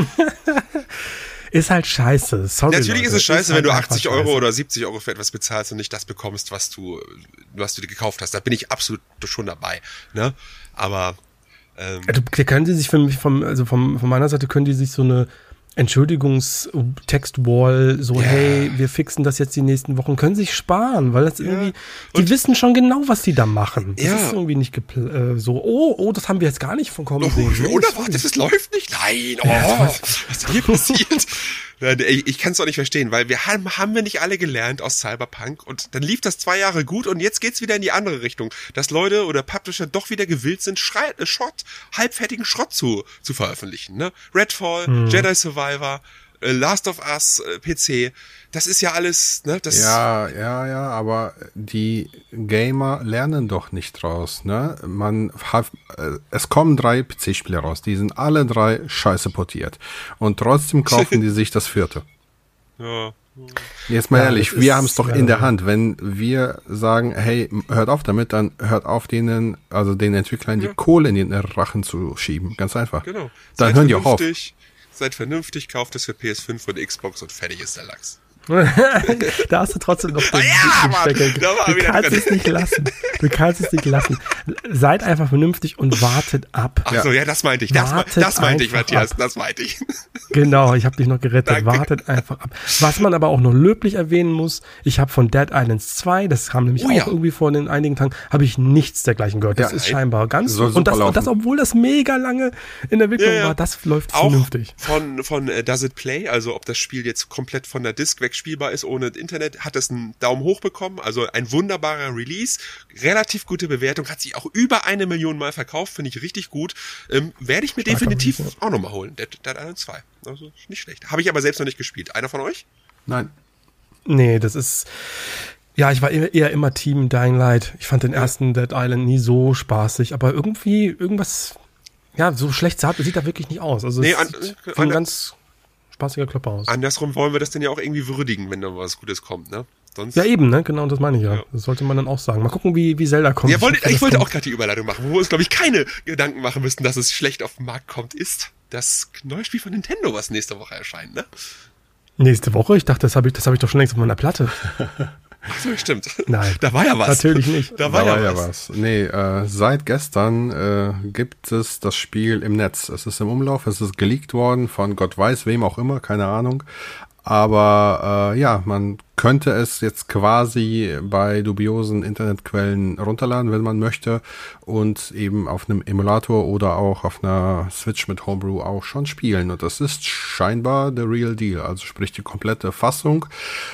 Ist halt scheiße. Sorry, natürlich Leute. Ist es scheiße, wenn du 80 € oder 70 € für etwas bezahlst und nicht das bekommst, was du dir gekauft hast. Da bin ich absolut schon dabei. Ne? Aber können sie sich von meiner Seite können die sich so eine Entschuldigungstext-Wall, hey, wir fixen das jetzt die nächsten Wochen, können sich sparen, weil das irgendwie, die wissen schon genau, was die da machen. Das ist irgendwie nicht so, das haben wir jetzt gar nicht von kommen sehen. Oder warte, das läuft nicht? Nein, was ist denn hier passiert? Ich kann es doch nicht verstehen, weil haben wir nicht alle gelernt aus Cyberpunk und dann lief das 2 Jahre gut und jetzt geht's wieder in die andere Richtung, dass Leute oder Publisher doch wieder gewillt sind, halbfertigen Schrott zu veröffentlichen, ne? Redfall, Jedi Survivor, Last of Us, PC, das ist ja alles, ne? Ja, aber die Gamer lernen doch nicht draus, ne? Es kommen 3 PC-Spiele raus, die sind alle 3 scheiße portiert und trotzdem kaufen die sich das 4. Ja. Jetzt mal ehrlich, wir haben es doch in der Hand. Wenn wir sagen, hey, hört auf damit, dann hört auf den Entwicklern die Kohle in den Rachen zu schieben. Ganz einfach. Genau. Dann hören die auch auf. Seid vernünftig, kauft es für PS5 und Xbox und fertig ist der Lachs. Da hast du trotzdem noch den Mann, da war Du wieder kannst drin. es nicht lassen. Du kannst es nicht lassen. Seid einfach vernünftig und wartet ab. Ach so, ja, das meinte ich. Das meinte ich, Matthias. Das meinte ich. Genau, ich habe dich noch gerettet. Danke. Wartet einfach ab. Was man aber auch noch löblich erwähnen muss, ich habe von Dead Islands 2, das kam nämlich Oh auch ja. irgendwie vor den einigen Tagen, habe ich nichts dergleichen gehört. Das Ja, ist scheinbar ganz soll und super das, laufen. obwohl das mega lange in der Entwicklung Ja, ja. war, das läuft Auch vernünftig. von Does It Play, also ob das Spiel jetzt komplett von der Disk wegspielbar ist ohne Internet, hat es einen Daumen hoch bekommen, also ein wunderbarer Release, relativ gute Bewertung, hat sich auch über 1 Million Mal verkauft, finde ich richtig gut, werde ich mir Starker definitiv Release, auch nochmal holen, Dead Island 2, also nicht schlecht, habe ich aber selbst noch nicht gespielt, einer von euch? Nein. Nee, das ist. Ja, ich war eher immer Team Dying Light. Ich fand den ersten Dead Island nie so spaßig, aber irgendwie irgendwas. Ja, so schlecht sieht er wirklich nicht aus. Also Nee, es sieht wie ein ganz spaßiger Klopper aus. Andersrum wollen wir das denn ja auch irgendwie würdigen, wenn da was Gutes kommt, ne? Sonst Ja, eben, ne? Genau, das meine ich ja. Ja. Das sollte man dann auch sagen. Mal gucken, wie Zelda kommt. Ja, hoffe, ich das wollte kommt. auch gerade die Überleitung machen, wo wir uns, glaube ich, keine Gedanken machen müssten, dass es schlecht auf den Markt kommt, ist das neue Spiel von Nintendo, was nächste Woche erscheint, ne? Nächste Woche? Ich dachte, das hab ich doch schon längst auf meiner Platte. Ach so, stimmt. Nein. Da war ja was. Natürlich nicht. Da war Da ja was. Nee, seit gestern gibt es das Spiel im Netz. Es ist im Umlauf, es ist geleakt worden von Gott weiß wem auch immer, keine Ahnung. Aber ja, man könnte es jetzt quasi bei dubiosen Internetquellen runterladen, wenn man möchte, und eben auf einem Emulator oder auch auf einer Switch mit Homebrew auch schon spielen. Und das ist scheinbar the real deal, also sprich die komplette Fassung.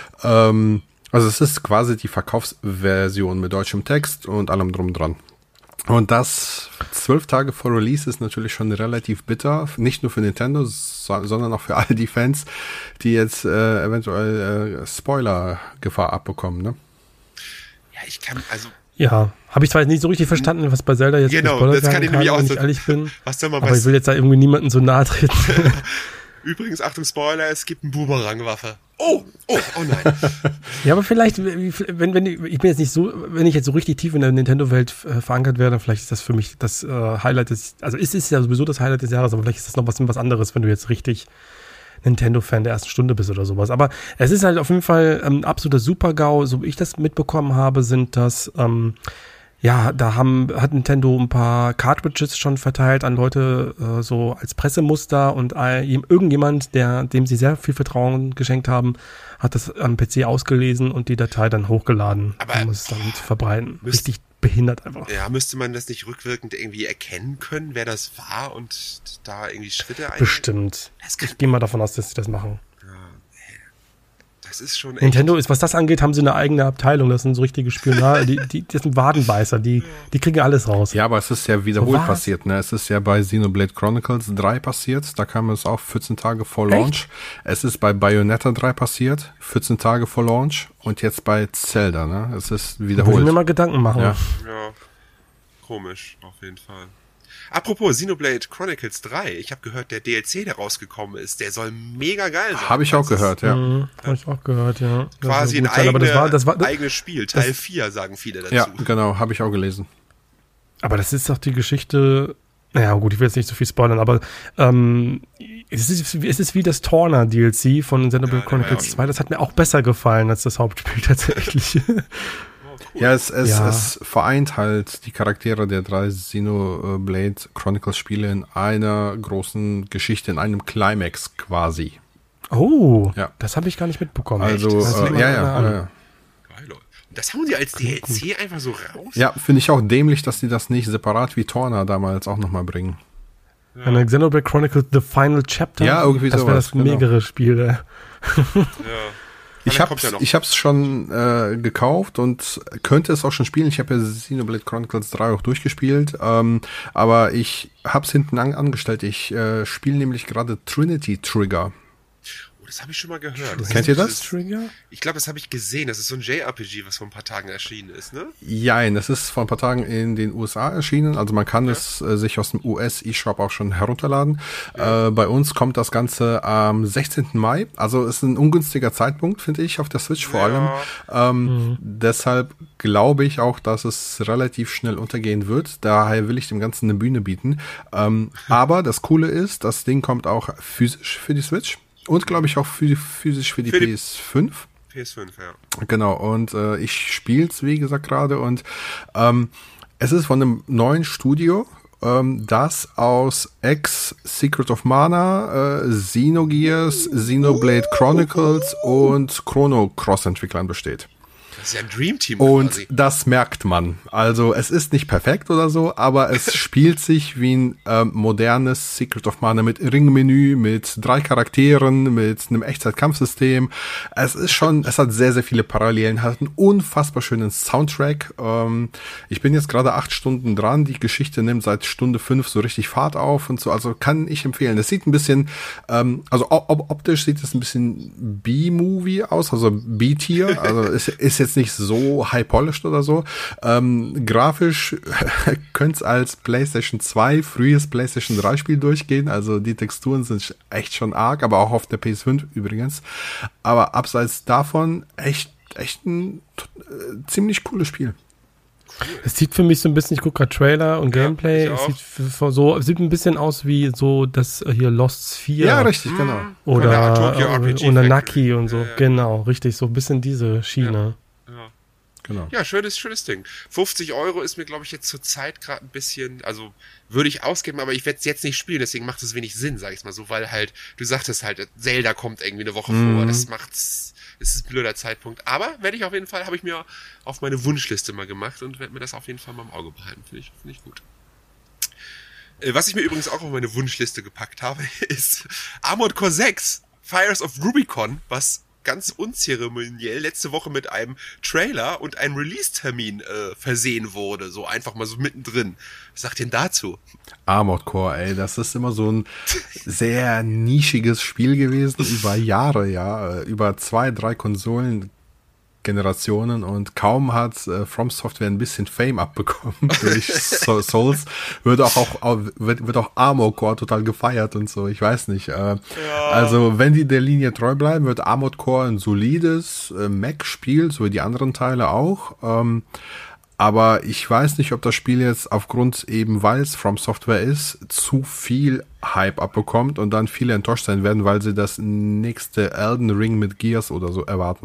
Also es ist quasi die Verkaufsversion mit deutschem Text und allem drum dran. Und das 12 Tage vor Release ist natürlich schon relativ bitter, nicht nur für Nintendo, sondern auch für all die Fans, die jetzt eventuell Spoiler-Gefahr abbekommen, ne? Ja, ich kann, also, Ja, habe ich zwar nicht so richtig verstanden, was bei Zelda jetzt Genau, gespoilert das kann werden ich nämlich auch wenn so- ich ehrlich bin. was soll man Aber ich will jetzt da irgendwie niemanden so nahe treten. übrigens, Achtung, Spoiler, es gibt eine Boomerang-Waffe. Oh nein. Ja, aber vielleicht, wenn ich bin jetzt nicht so, wenn ich jetzt so richtig tief in der Nintendo-Welt verankert werde, vielleicht ist das für mich das Highlight also es ist ja sowieso das Highlight des Jahres, aber vielleicht ist das noch was anderes, wenn du jetzt richtig Nintendo-Fan der ersten Stunde bist oder sowas. Aber es ist halt auf jeden Fall absoluter Super-GAU, so wie ich das mitbekommen habe, sind das ja, da hat Nintendo ein paar Cartridges schon verteilt an Leute, so als Pressemuster und irgendjemand, dem sie sehr viel Vertrauen geschenkt haben, hat das am PC ausgelesen und die Datei dann hochgeladen, Aber- um es dann zu verbreiten. Müsst- Richtig behindert einfach. Ja, müsste man das nicht rückwirkend irgendwie erkennen können, wer das war und da irgendwie Schritte ein? Bestimmt. Das kann- Ich gehe mal davon aus, dass sie das machen. Das ist schon echt. Nintendo ist, was das angeht, haben sie eine eigene Abteilung. Das sind so richtige Spionage, das sind Wadenbeißer, die kriegen alles raus. Ja, aber es ist ja wiederholt was? passiert, ne? Es ist ja bei Xenoblade Chronicles 3 passiert, da kam es auch 14 Tage vor Launch. Es ist bei Bayonetta 3 passiert, 14 Tage vor Launch, und jetzt bei Zelda, ne? Es ist Da muss ich wiederholt. mir mal Gedanken machen. Ja. Ja, komisch, auf jeden Fall. Apropos Xenoblade Chronicles 3, ich habe gehört, der DLC, der rausgekommen ist, der soll mega geil sein. Habe ich auch Das ist gehört, ja. Habe ich auch gehört, ja. Das Quasi soll ein gut sein, aber das war, eigenes Spiel, Teil 4, sagen viele dazu. Ja, genau, habe ich auch gelesen. aber das ist doch die Geschichte. Naja, gut, ich will jetzt nicht so viel spoilern, aber es ist wie das Torna DLC von Xenoblade Ja, der war ja Chronicles auch- 2. Das hat mir auch besser gefallen als das Hauptspiel tatsächlich. Oh, cool. Ja, es Ja. vereint halt die Charaktere der 3 Xenoblade Chronicles Spiele in einer großen Geschichte, in einem Climax quasi. Oh, Ja. das habe ich gar nicht mitbekommen. Also, Das sieht man ja, mal an. ja. Geil, Leute. Und das hauen sie als DLC einfach so raus? Ja, finde ich auch dämlich, dass die das nicht separat wie Torna damals auch nochmal bringen. Eine Xenoblade Chronicles The Final Chapter. Ja, irgendwie das wäre sowas, das genau. megere Spiel. Ja. Ich Dann kommt ja noch. hab's schon gekauft und könnte es auch schon spielen. Ich habe ja Xenoblade Chronicles 3 auch durchgespielt, aber ich hab's hinten angestellt. Ich spiele nämlich gerade Trinity Trigger. Oh, das habe ich schon mal gehört. Das Kennt ist ihr dieses- das? Trigger? Ich glaube, das habe ich gesehen. Das ist so ein JRPG, was vor ein paar Tagen erschienen ist, ne? Jein, das ist vor ein paar Tagen in den USA erschienen. Also man kann es sich aus dem US-eShop auch schon herunterladen. Bei uns kommt das Ganze am 16. Mai. Also ist ein ungünstiger Zeitpunkt, finde ich, auf der Switch vor allem. Deshalb glaube ich auch, dass es relativ schnell untergehen wird. Daher will ich dem Ganzen eine Bühne bieten. Aber das Coole ist, das Ding kommt auch physisch für die Switch. Und glaube ich auch physisch für die PS5. PS5, ja. Genau, und ich spiele es, wie gesagt, gerade. Und es ist von einem neuen Studio, das aus Secret of Mana, Xenogears, Xenoblade Chronicles und Chrono Cross Entwicklern besteht. Das ist ja ein Dream-Team und quasi. Das merkt man. Also es ist nicht perfekt oder so, aber es spielt sich wie ein modernes Secret of Mana mit Ringmenü, mit 3 Charakteren, mit einem Echtzeit-Kampfsystem. Es hat sehr, sehr viele Parallelen, hat einen unfassbar schönen Soundtrack. Ich bin jetzt gerade 8 Stunden dran. Die Geschichte nimmt seit Stunde 5 so richtig Fahrt auf und so. Also kann ich empfehlen. Es sieht ein bisschen, also optisch sieht es ein bisschen B-Movie aus, also B-Tier. Also es ist jetzt nicht so high-polished oder so. Grafisch könnte es als PlayStation 2, frühes PlayStation 3 Spiel durchgehen. Also die Texturen sind echt schon arg, aber auch auf der PS5 übrigens. Aber abseits davon echt ein ziemlich cooles Spiel. Es sieht für mich so ein bisschen, ich gucke gerade Trailer und Gameplay, es sieht ein bisschen aus wie so das hier Lost Sphere. Ja, richtig, genau. Oder Naki und so. Genau, richtig, so ein bisschen diese Schiene. Genau. Ja, schönes Ding. 50 € ist mir, glaube ich, jetzt zur Zeit gerade ein bisschen, also würde ich ausgeben, aber ich werde es jetzt nicht spielen, deswegen macht es wenig Sinn, sag ich mal so, weil halt, du sagtest halt, Zelda kommt irgendwie eine Woche vor, das ist ein blöder Zeitpunkt, aber werde ich auf jeden Fall, habe ich mir auf meine Wunschliste mal gemacht und werde mir das auf jeden Fall mal im Auge behalten, finde ich gut. Was ich mir übrigens auch auf meine Wunschliste gepackt habe, ist Armored Core 6, Fires of Rubicon, was ganz unzeremoniell letzte Woche mit einem Trailer und einem Release-Termin versehen wurde. So einfach mal so mittendrin. Was sagt ihr denn dazu? Armored Core, ey, das ist immer so ein sehr nischiges Spiel gewesen, über Jahre, ja, über 2, 3 Konsolengenerationen und kaum hat From Software ein bisschen Fame abbekommen durch Souls, wird auch Armored Core total gefeiert und so, ich weiß nicht. Also wenn die der Linie treu bleiben, wird Armored Core ein solides Mech-Spiel, so wie die anderen Teile auch. Aber ich weiß nicht, ob das Spiel jetzt aufgrund eben, weil es From Software ist, zu viel Hype abbekommt und dann viele enttäuscht sein werden, weil sie das nächste Elden Ring mit Gears oder so erwarten.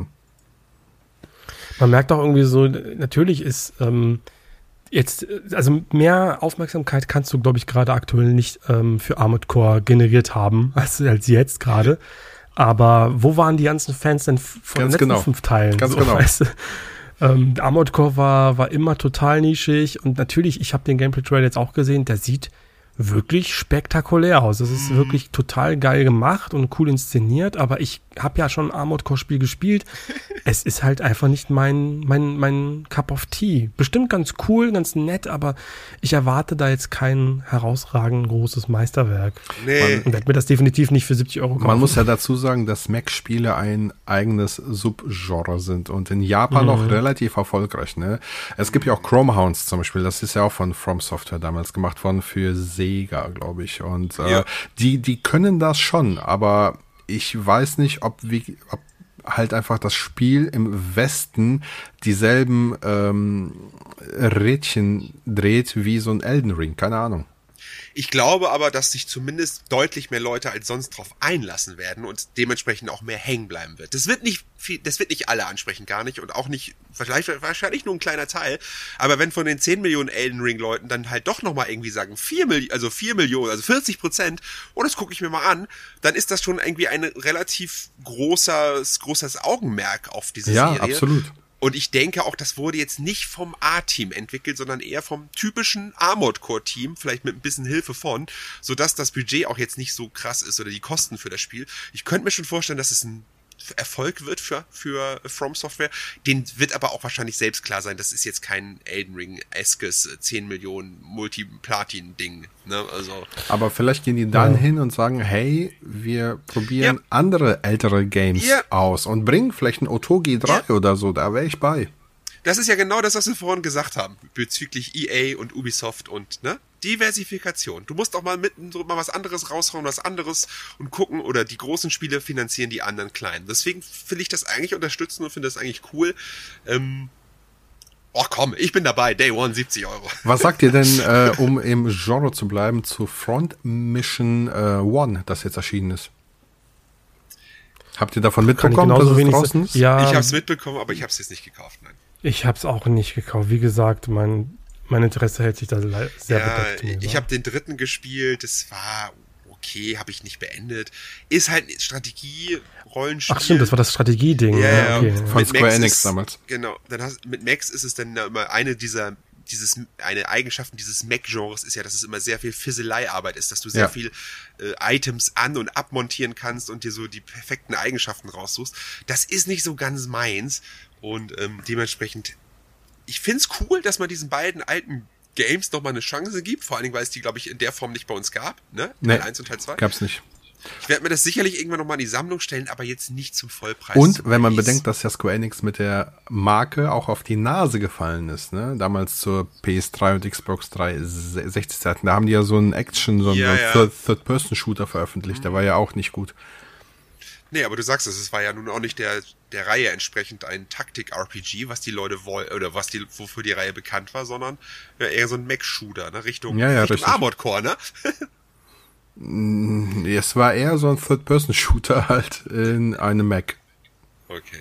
Man merkt auch irgendwie so, natürlich ist jetzt, also mehr Aufmerksamkeit kannst du, glaube ich, gerade aktuell nicht für Armored Core generiert haben, als jetzt gerade. Aber wo waren die ganzen Fans denn von den letzten 5 Teilen? Ganz so, genau. Weißt du? Armored Core war immer total nischig und natürlich, ich habe den Gameplay-Trailer jetzt auch gesehen, der sieht wirklich spektakulär aus. Das ist wirklich total geil gemacht und cool inszeniert, aber ich habe ja schon ein Armored Core Spiel gespielt. Es ist halt einfach nicht mein Cup of Tea. Bestimmt ganz cool, ganz nett, aber ich erwarte da jetzt kein herausragend großes Meisterwerk. Nee. Und werde mir das definitiv nicht für 70 € kaufen. Man muss ja dazu sagen, dass Mech-Spiele ein eigenes Subgenre sind und in Japan auch relativ erfolgreich. Ne? Es gibt ja auch Chrome Hounds zum Beispiel, das ist ja auch von From Software damals gemacht worden für Sega, glaube ich. Und die können das schon, aber ich weiß nicht, ob halt einfach das Spiel im Westen dieselben Rädchen dreht wie so ein Elden Ring, keine Ahnung. Ich glaube aber, dass sich zumindest deutlich mehr Leute als sonst drauf einlassen werden und dementsprechend auch mehr hängen bleiben wird. Das wird nicht alle ansprechen, gar nicht und auch nicht, wahrscheinlich nur ein kleiner Teil, aber wenn von den 10 Millionen Elden Ring Leuten dann halt doch nochmal irgendwie sagen 4 Millionen, also 40%, oh, das gucke ich mir mal an, dann ist das schon irgendwie ein relativ großes Augenmerk auf diese Serie. Ja, absolut. Und ich denke auch, das wurde jetzt nicht vom A-Team entwickelt, sondern eher vom typischen Armored Core-Team, vielleicht mit ein bisschen Hilfe von, sodass das Budget auch jetzt nicht so krass ist oder die Kosten für das Spiel. Ich könnte mir schon vorstellen, dass es ein Erfolg wird für From Software. Den wird aber auch wahrscheinlich selbst klar sein, das ist jetzt kein Elden Ring-eskes 10 Millionen Multi-Platin-Ding. Ne? Also, aber vielleicht gehen die dann hin und sagen, hey, wir probieren andere ältere Games aus und bringen vielleicht ein Otogi 3 oder so, da wäre ich bei. Das ist ja genau das, was wir vorhin gesagt haben, bezüglich EA und Ubisoft und, ne? Diversifikation. Du musst auch mal mal was anderes raushauen, was anderes und gucken, oder die großen Spiele finanzieren die anderen kleinen. Deswegen will ich das eigentlich unterstützen und finde das eigentlich cool. Komm, ich bin dabei. Day One, 70 €. Was sagt ihr denn, um im Genre zu bleiben, zu Front Mission 1, das jetzt erschienen ist? Habt ihr davon Kann ich mitbekommen, genauso dass es wenig draußen ist? Ja, Ich habe es mitbekommen, aber ich habe es jetzt nicht gekauft, nein. ich habe es auch nicht gekauft. Wie gesagt, mein Interesse hält sich da sehr bedeckt. Ich habe den 3. gespielt, das war okay, habe ich nicht beendet. Ist halt ein Strategie-Rollenspiel. Ach stimmt, das war das Strategieding. Ja, okay. Von Mit Square Max Enix ist- damals. Genau, mit Max ist es dann immer eine Eigenschaft dieses Mac-Genres ist ja, dass es immer sehr viel Fisseleiarbeit ist, dass du sehr viel Items an- und abmontieren kannst und dir so die perfekten Eigenschaften raussuchst. Das ist nicht so ganz meins und dementsprechend, ich find's cool, dass man diesen beiden alten Games nochmal eine Chance gibt, vor allen Dingen, weil es die, glaube ich, in der Form nicht bei uns gab, ne? Teil 1 und Teil 2. Gab's nicht. Ich werde mir das sicherlich irgendwann nochmal in die Sammlung stellen, aber jetzt nicht zum Vollpreis. Und wenn man Release. bedenkt, dass ja Square Enix mit der Marke auch auf die Nase gefallen ist, ne? Damals zur PS3 und Xbox 360 Zeiten, da haben die ja so einen Action, so einen Third-Person-Shooter veröffentlicht, der war ja auch nicht gut. Nee, aber du sagst es war ja nun auch nicht der Reihe entsprechend ein Taktik-RPG, was die Leute wollen, oder wofür die Reihe bekannt war, sondern ja, eher so ein Mech-Shooter, ne? Richtung richtig. Armored Core, ne? Es war eher so ein Third-Person-Shooter halt in einem Mac. Okay.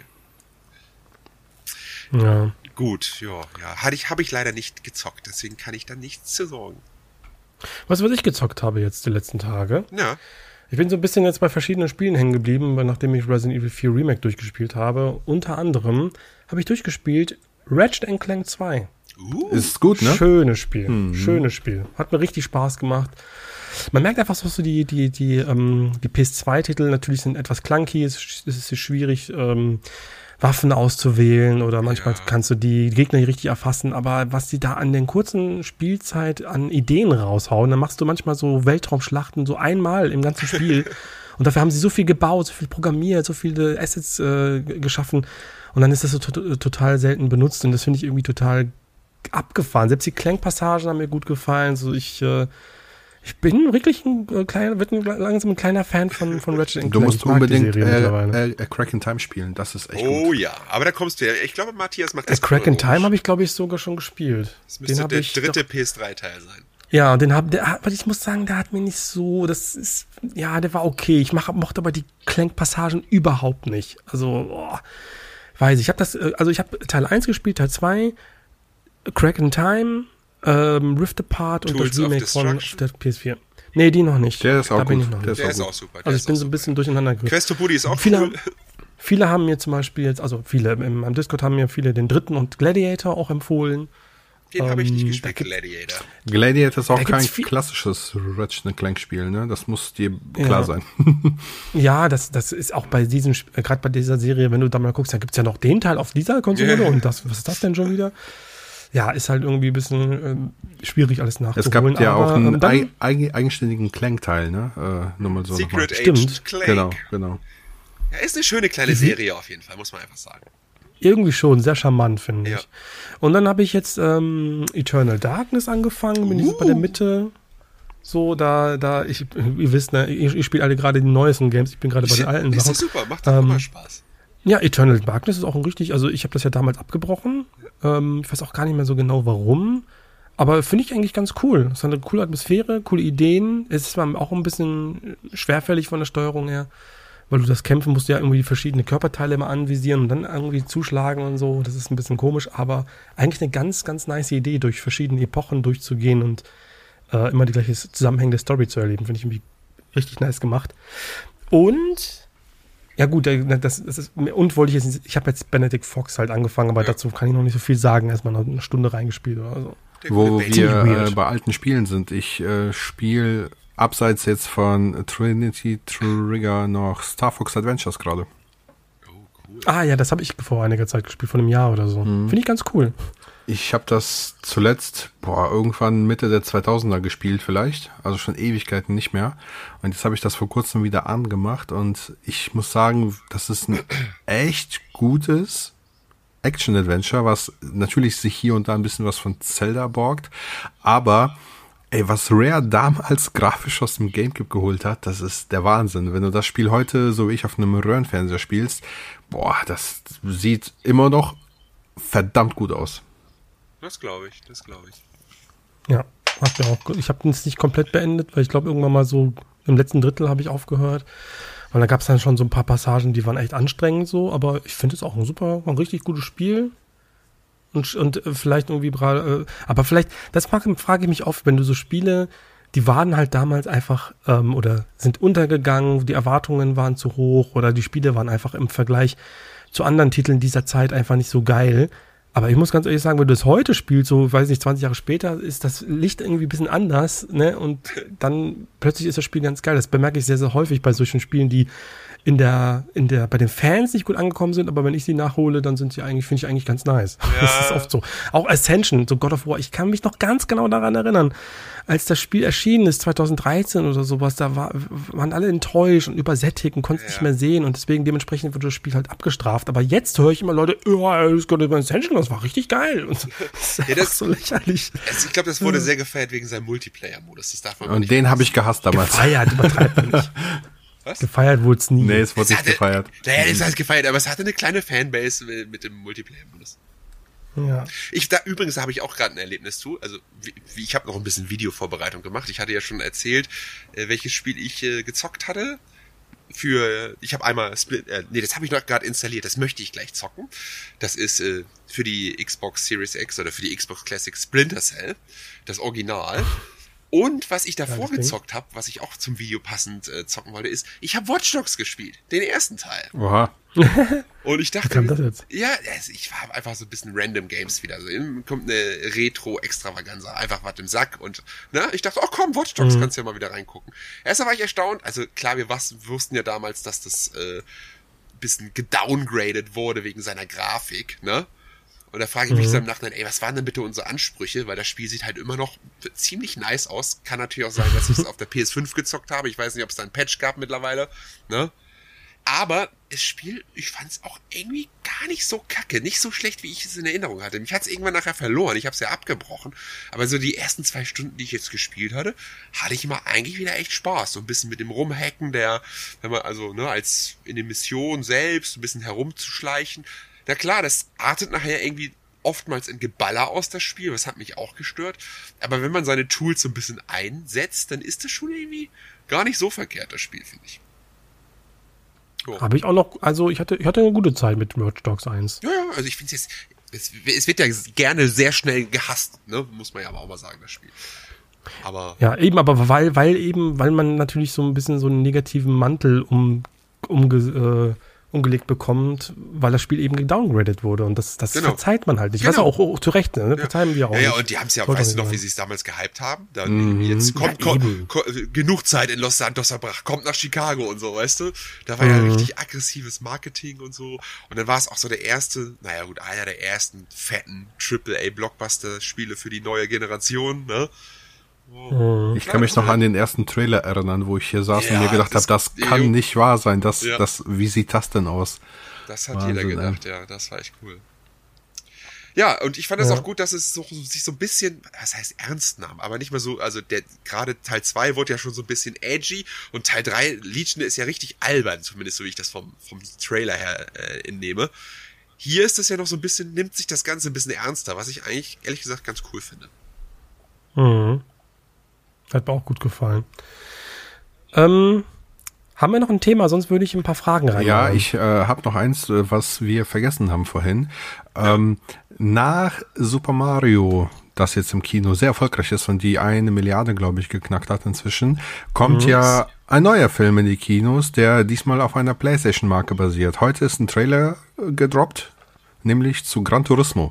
Ja. Gut, ja. Habe ich leider nicht gezockt, deswegen kann ich da nichts zu sagen. Was ich gezockt habe jetzt die letzten Tage. Ja. Ich bin so ein bisschen jetzt bei verschiedenen Spielen hängen geblieben, weil nachdem ich Resident Evil 4 Remake durchgespielt habe. Unter anderem habe ich durchgespielt Ratchet & Clank 2. Ist gut, ne? Schönes Spiel. Schönes Spiel. Hat mir richtig Spaß gemacht. Man merkt einfach so, die PS2-Titel natürlich sind etwas clunky. Es ist schwierig, Waffen auszuwählen oder manchmal kannst du die Gegner nicht richtig erfassen, aber was die da an den kurzen Spielzeit an Ideen raushauen, dann machst du manchmal so Weltraumschlachten so einmal im ganzen Spiel und dafür haben sie so viel gebaut, so viel programmiert, so viele Assets geschaffen und dann ist das so total selten benutzt und das finde ich irgendwie total abgefahren. Selbst die Clank-Passagen haben mir gut gefallen, so ich bin wirklich langsam ein kleiner Fan von Ratchet & Clank. Du musst unbedingt Crack in Time spielen, das ist echt gut. Oh ja, aber da kommst du ja. Ich glaube, Matthias macht das. Crack in Time habe ich, glaube ich, sogar schon gespielt. Das müsste der dritte PS3-Teil sein. Ja, und aber ich muss sagen, der hat mir nicht so, der war okay. Ich mochte aber die Clank-Passagen überhaupt nicht. Also, ich habe Teil 1 gespielt, Teil 2, Crack in Time, Rift Apart und das Remake von der PS4. Nee, die noch nicht. Der ist auch gut. Der ist auch super. Also ich bin so ein bisschen durcheinander gerückt. Questo Buddy ist auch cool. Viele haben mir zum Beispiel jetzt, also viele, am Discord haben mir viele den 3. und Gladiator auch empfohlen. Den habe ich nicht gespielt, Gladiator. Gladiator ist auch kein klassisches Ratchet & Clank Spiel, ne? Das muss dir klar sein. Ja, das ist auch bei diesem, gerade bei dieser Serie, wenn du da mal guckst, da gibt's ja noch den Teil auf dieser Konsole und was ist das denn schon wieder? Ja, ist halt irgendwie ein bisschen schwierig alles nachzuholen. Es gab ja auch einen eigenständigen Clank-Teil, ne? Nur mal so Secret Agent Clank. Genau. Ja, ist eine schöne kleine Serie auf jeden Fall, muss man einfach sagen. Irgendwie schon, sehr charmant, finde ich. Ja. Und dann habe ich jetzt Eternal Darkness angefangen, bin ich bei der Mitte. So, ihr wisst, ne, ich spiele alle gerade die neuesten Games, ich bin gerade bei den alten Sachen. Ist super, macht doch immer Spaß. Ja, Eternal Darkness ist auch also ich habe das ja damals abgebrochen. Ich weiß auch gar nicht mehr so genau warum. Aber finde ich eigentlich ganz cool. Es hat eine coole Atmosphäre, coole Ideen. Es ist zwar auch ein bisschen schwerfällig von der Steuerung her, weil du das Kämpfen musst du ja irgendwie verschiedene Körperteile immer anvisieren und dann irgendwie zuschlagen und so. Das ist ein bisschen komisch, aber eigentlich eine ganz, ganz nice Idee, durch verschiedene Epochen durchzugehen und immer die gleiche zusammenhängende Story zu erleben. Finde ich irgendwie richtig nice gemacht. Und ja gut, ich habe jetzt Benedict Fox halt angefangen, aber dazu kann ich noch nicht so viel sagen. Erstmal noch eine Stunde reingespielt oder so. Wo wir bei alten Spielen sind. Ich spiele abseits jetzt von Trinity Trigger noch Star Fox Adventures gerade. Oh, cool. Ah ja, das habe ich vor einiger Zeit gespielt, vor einem Jahr oder so. Finde ich ganz cool. Ich habe das zuletzt, irgendwann Mitte der 2000er gespielt vielleicht, also schon Ewigkeiten nicht mehr. Und jetzt habe ich das vor kurzem wieder angemacht und ich muss sagen, das ist ein echt gutes Action-Adventure, was natürlich sich hier und da ein bisschen was von Zelda borgt, aber was Rare damals grafisch aus dem GameCube geholt hat, das ist der Wahnsinn. Wenn du das Spiel heute, so wie ich, auf einem Röhrenfernseher spielst, das sieht immer noch verdammt gut aus. Das glaube ich. Ja, ich habe es nicht komplett beendet, weil ich glaube irgendwann mal so im letzten Drittel habe ich aufgehört, Und da gab es dann schon so ein paar Passagen, die waren echt anstrengend so, aber ich finde es auch ein richtig gutes Spiel. Und vielleicht irgendwie, aber vielleicht, frage ich mich oft, wenn du so Spiele, die waren halt damals einfach oder sind untergegangen, die Erwartungen waren zu hoch oder die Spiele waren einfach im Vergleich zu anderen Titeln dieser Zeit einfach nicht so geil. Aber ich muss ganz ehrlich sagen, wenn du das heute spielst, so, weiß nicht, 20 Jahre später, ist das Licht irgendwie ein bisschen anders, ne? Und dann plötzlich ist das Spiel ganz geil. Das bemerke ich sehr, sehr häufig bei solchen Spielen, die bei den Fans nicht gut angekommen sind, aber wenn ich sie nachhole, dann finde ich eigentlich ganz nice. Ja. Das ist oft so. Auch Ascension, so God of War, ich kann mich noch ganz genau daran erinnern, als das Spiel erschienen ist, 2013 oder sowas, da waren alle enttäuscht und übersättigt und konnten es nicht mehr sehen und deswegen dementsprechend wurde das Spiel halt abgestraft. Aber jetzt höre ich immer Leute, das God of War Ascension, das war richtig geil. Und das ist so lächerlich. Ich glaube, das wurde sehr gefeiert wegen seinem Multiplayer-Modus. Das darf man und den habe ich gehasst damals. Gefeiert, übertreibt man nicht. Was? Gefeiert wurde es nie. Nee, es wurde nicht gefeiert. Naja, es heißt gefeiert, aber es hatte eine kleine Fanbase mit dem Multiplayer-Modus. Ja. Übrigens habe ich auch gerade ein Erlebnis zu. Also, ich habe noch ein bisschen Videovorbereitung gemacht. Ich hatte ja schon erzählt, welches Spiel ich gezockt hatte. Ich habe einmal das habe ich noch gerade installiert. Das möchte ich gleich zocken. Das ist für die Xbox Series X oder für die Xbox Classic Splinter Cell. Das Original. Und was ich davor gezockt habe, was ich auch zum Video passend zocken wollte, ist, ich habe Watch Dogs gespielt, den ersten Teil. Oha. Und ich dachte, was kam das jetzt? Ja, ich war einfach so ein bisschen Random Games wieder. Also kommt eine Retro-Extravaganza, einfach was im Sack und ich dachte, oh komm, Watch Dogs, kannst du ja mal wieder reingucken. Erst war ich erstaunt, also klar, wir wussten ja damals, dass das ein bisschen gedowngradet wurde wegen seiner Grafik, ne? Und da frage ich mich so im Nachhinein, was waren denn bitte unsere Ansprüche? Weil das Spiel sieht halt immer noch ziemlich nice aus. Kann natürlich auch sein, dass ich es auf der PS5 gezockt habe. Ich weiß nicht, ob es da einen Patch gab mittlerweile. Ne? Aber das Spiel, ich fand es auch irgendwie gar nicht so kacke. Nicht so schlecht, wie ich es in Erinnerung hatte. Mich hat es irgendwann nachher verloren. Ich habe es ja abgebrochen. Aber so die ersten 2 Stunden, die ich jetzt gespielt hatte ich immer eigentlich wieder echt Spaß. So ein bisschen mit dem Rumhacken, wenn man also als in der Mission selbst ein bisschen herumzuschleichen. Na klar, das artet nachher irgendwie oftmals in Geballer aus, das Spiel, das hat mich auch gestört. Aber wenn man seine Tools so ein bisschen einsetzt, dann ist das schon irgendwie gar nicht so verkehrt, das Spiel, finde ich. So. Habe ich auch noch, also ich hatte eine gute Zeit mit Watch Dogs 1. Ja, also ich finde es wird ja gerne sehr schnell gehasst, ne? Muss man ja aber auch mal sagen, das Spiel. Aber ja, eben, aber weil man natürlich so ein bisschen so einen negativen Mantel umgelegt bekommt, weil das Spiel eben gedowngradet wurde und das verzeiht man halt nicht. Was auch zu Recht, ne? Verzeihen wir auch nicht. Ja, und die haben es ja, weißt du noch, wie sie es damals gehypt haben? Dann jetzt kommt genug Zeit in Los Santos verbracht, kommt nach Chicago und so, weißt du? Da war ja richtig aggressives Marketing und so. Und dann war es auch so einer der ersten fetten AAA-Blockbuster-Spiele für die neue Generation, ne? Ich kann mich noch an den ersten Trailer erinnern, wo ich hier saß und mir gedacht habe, das kann nicht wahr sein. Wie sieht das denn aus? Das hat jeder gedacht, ja. Das war echt cool. Ja, und ich fand das auch gut, dass es sich so ein bisschen, was heißt ernst nahm, aber nicht mehr so, also gerade Teil 2 wurde ja schon so ein bisschen edgy und Teil 3, Legion ist ja richtig albern, zumindest so wie ich das vom Trailer her entnehme. Hier ist es ja noch so ein bisschen, nimmt sich das Ganze ein bisschen ernster, was ich eigentlich, ehrlich gesagt, ganz cool finde. Hat mir auch gut gefallen. Haben wir noch ein Thema? Sonst würde ich ein paar Fragen reinmachen. Ja, ich habe noch eins, was wir vergessen haben vorhin. Nach Super Mario, das jetzt im Kino sehr erfolgreich ist und die 1 Milliarde, glaube ich, geknackt hat inzwischen, kommt ja ein neuer Film in die Kinos, der diesmal auf einer PlayStation-Marke basiert. Heute ist ein Trailer gedroppt, nämlich zu Gran Turismo.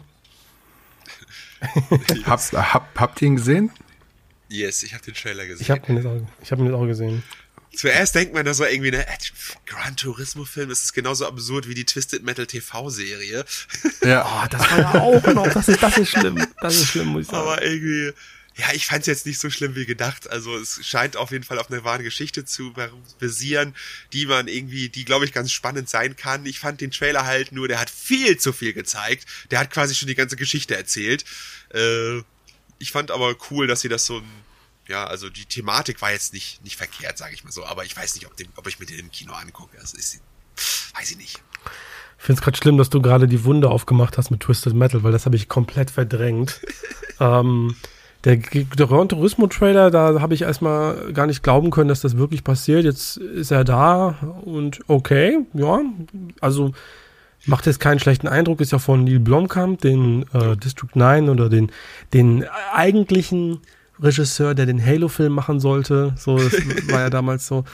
Habt ihr ihn gesehen? Yes, ich habe den Trailer gesehen. Ich hab ihn jetzt auch gesehen. Zuerst denkt man da so irgendwie, Gran Turismo-Film, das ist genauso absurd wie die Twisted Metal TV-Serie. Ja, das war ja auch noch, das ist schlimm. Das ist schlimm, muss ich sagen. Aber irgendwie, ja, ich fand's jetzt nicht so schlimm wie gedacht. Also es scheint auf jeden Fall auf eine wahre Geschichte zu basieren, die glaube ich ganz spannend sein kann. Ich fand den Trailer halt nur, der hat viel zu viel gezeigt. Der hat quasi schon die ganze Geschichte erzählt. Ich fand aber cool, dass sie das also die Thematik war jetzt nicht verkehrt, sage ich mal so, aber ich weiß nicht, ob ich mir den im Kino angucke. Das ist, weiß ich nicht. Ich finde es gerade schlimm, dass du gerade die Wunde aufgemacht hast mit Twisted Metal, weil das habe ich komplett verdrängt. Der Gran Turismo-Trailer, da habe ich erstmal gar nicht glauben können, dass das wirklich passiert. Jetzt ist er da und okay, ja, also macht jetzt keinen schlechten Eindruck, ist ja von Neil Blomkamp, den District 9 oder den eigentlichen Regisseur, der den Halo-Film machen sollte. So, das war ja damals so.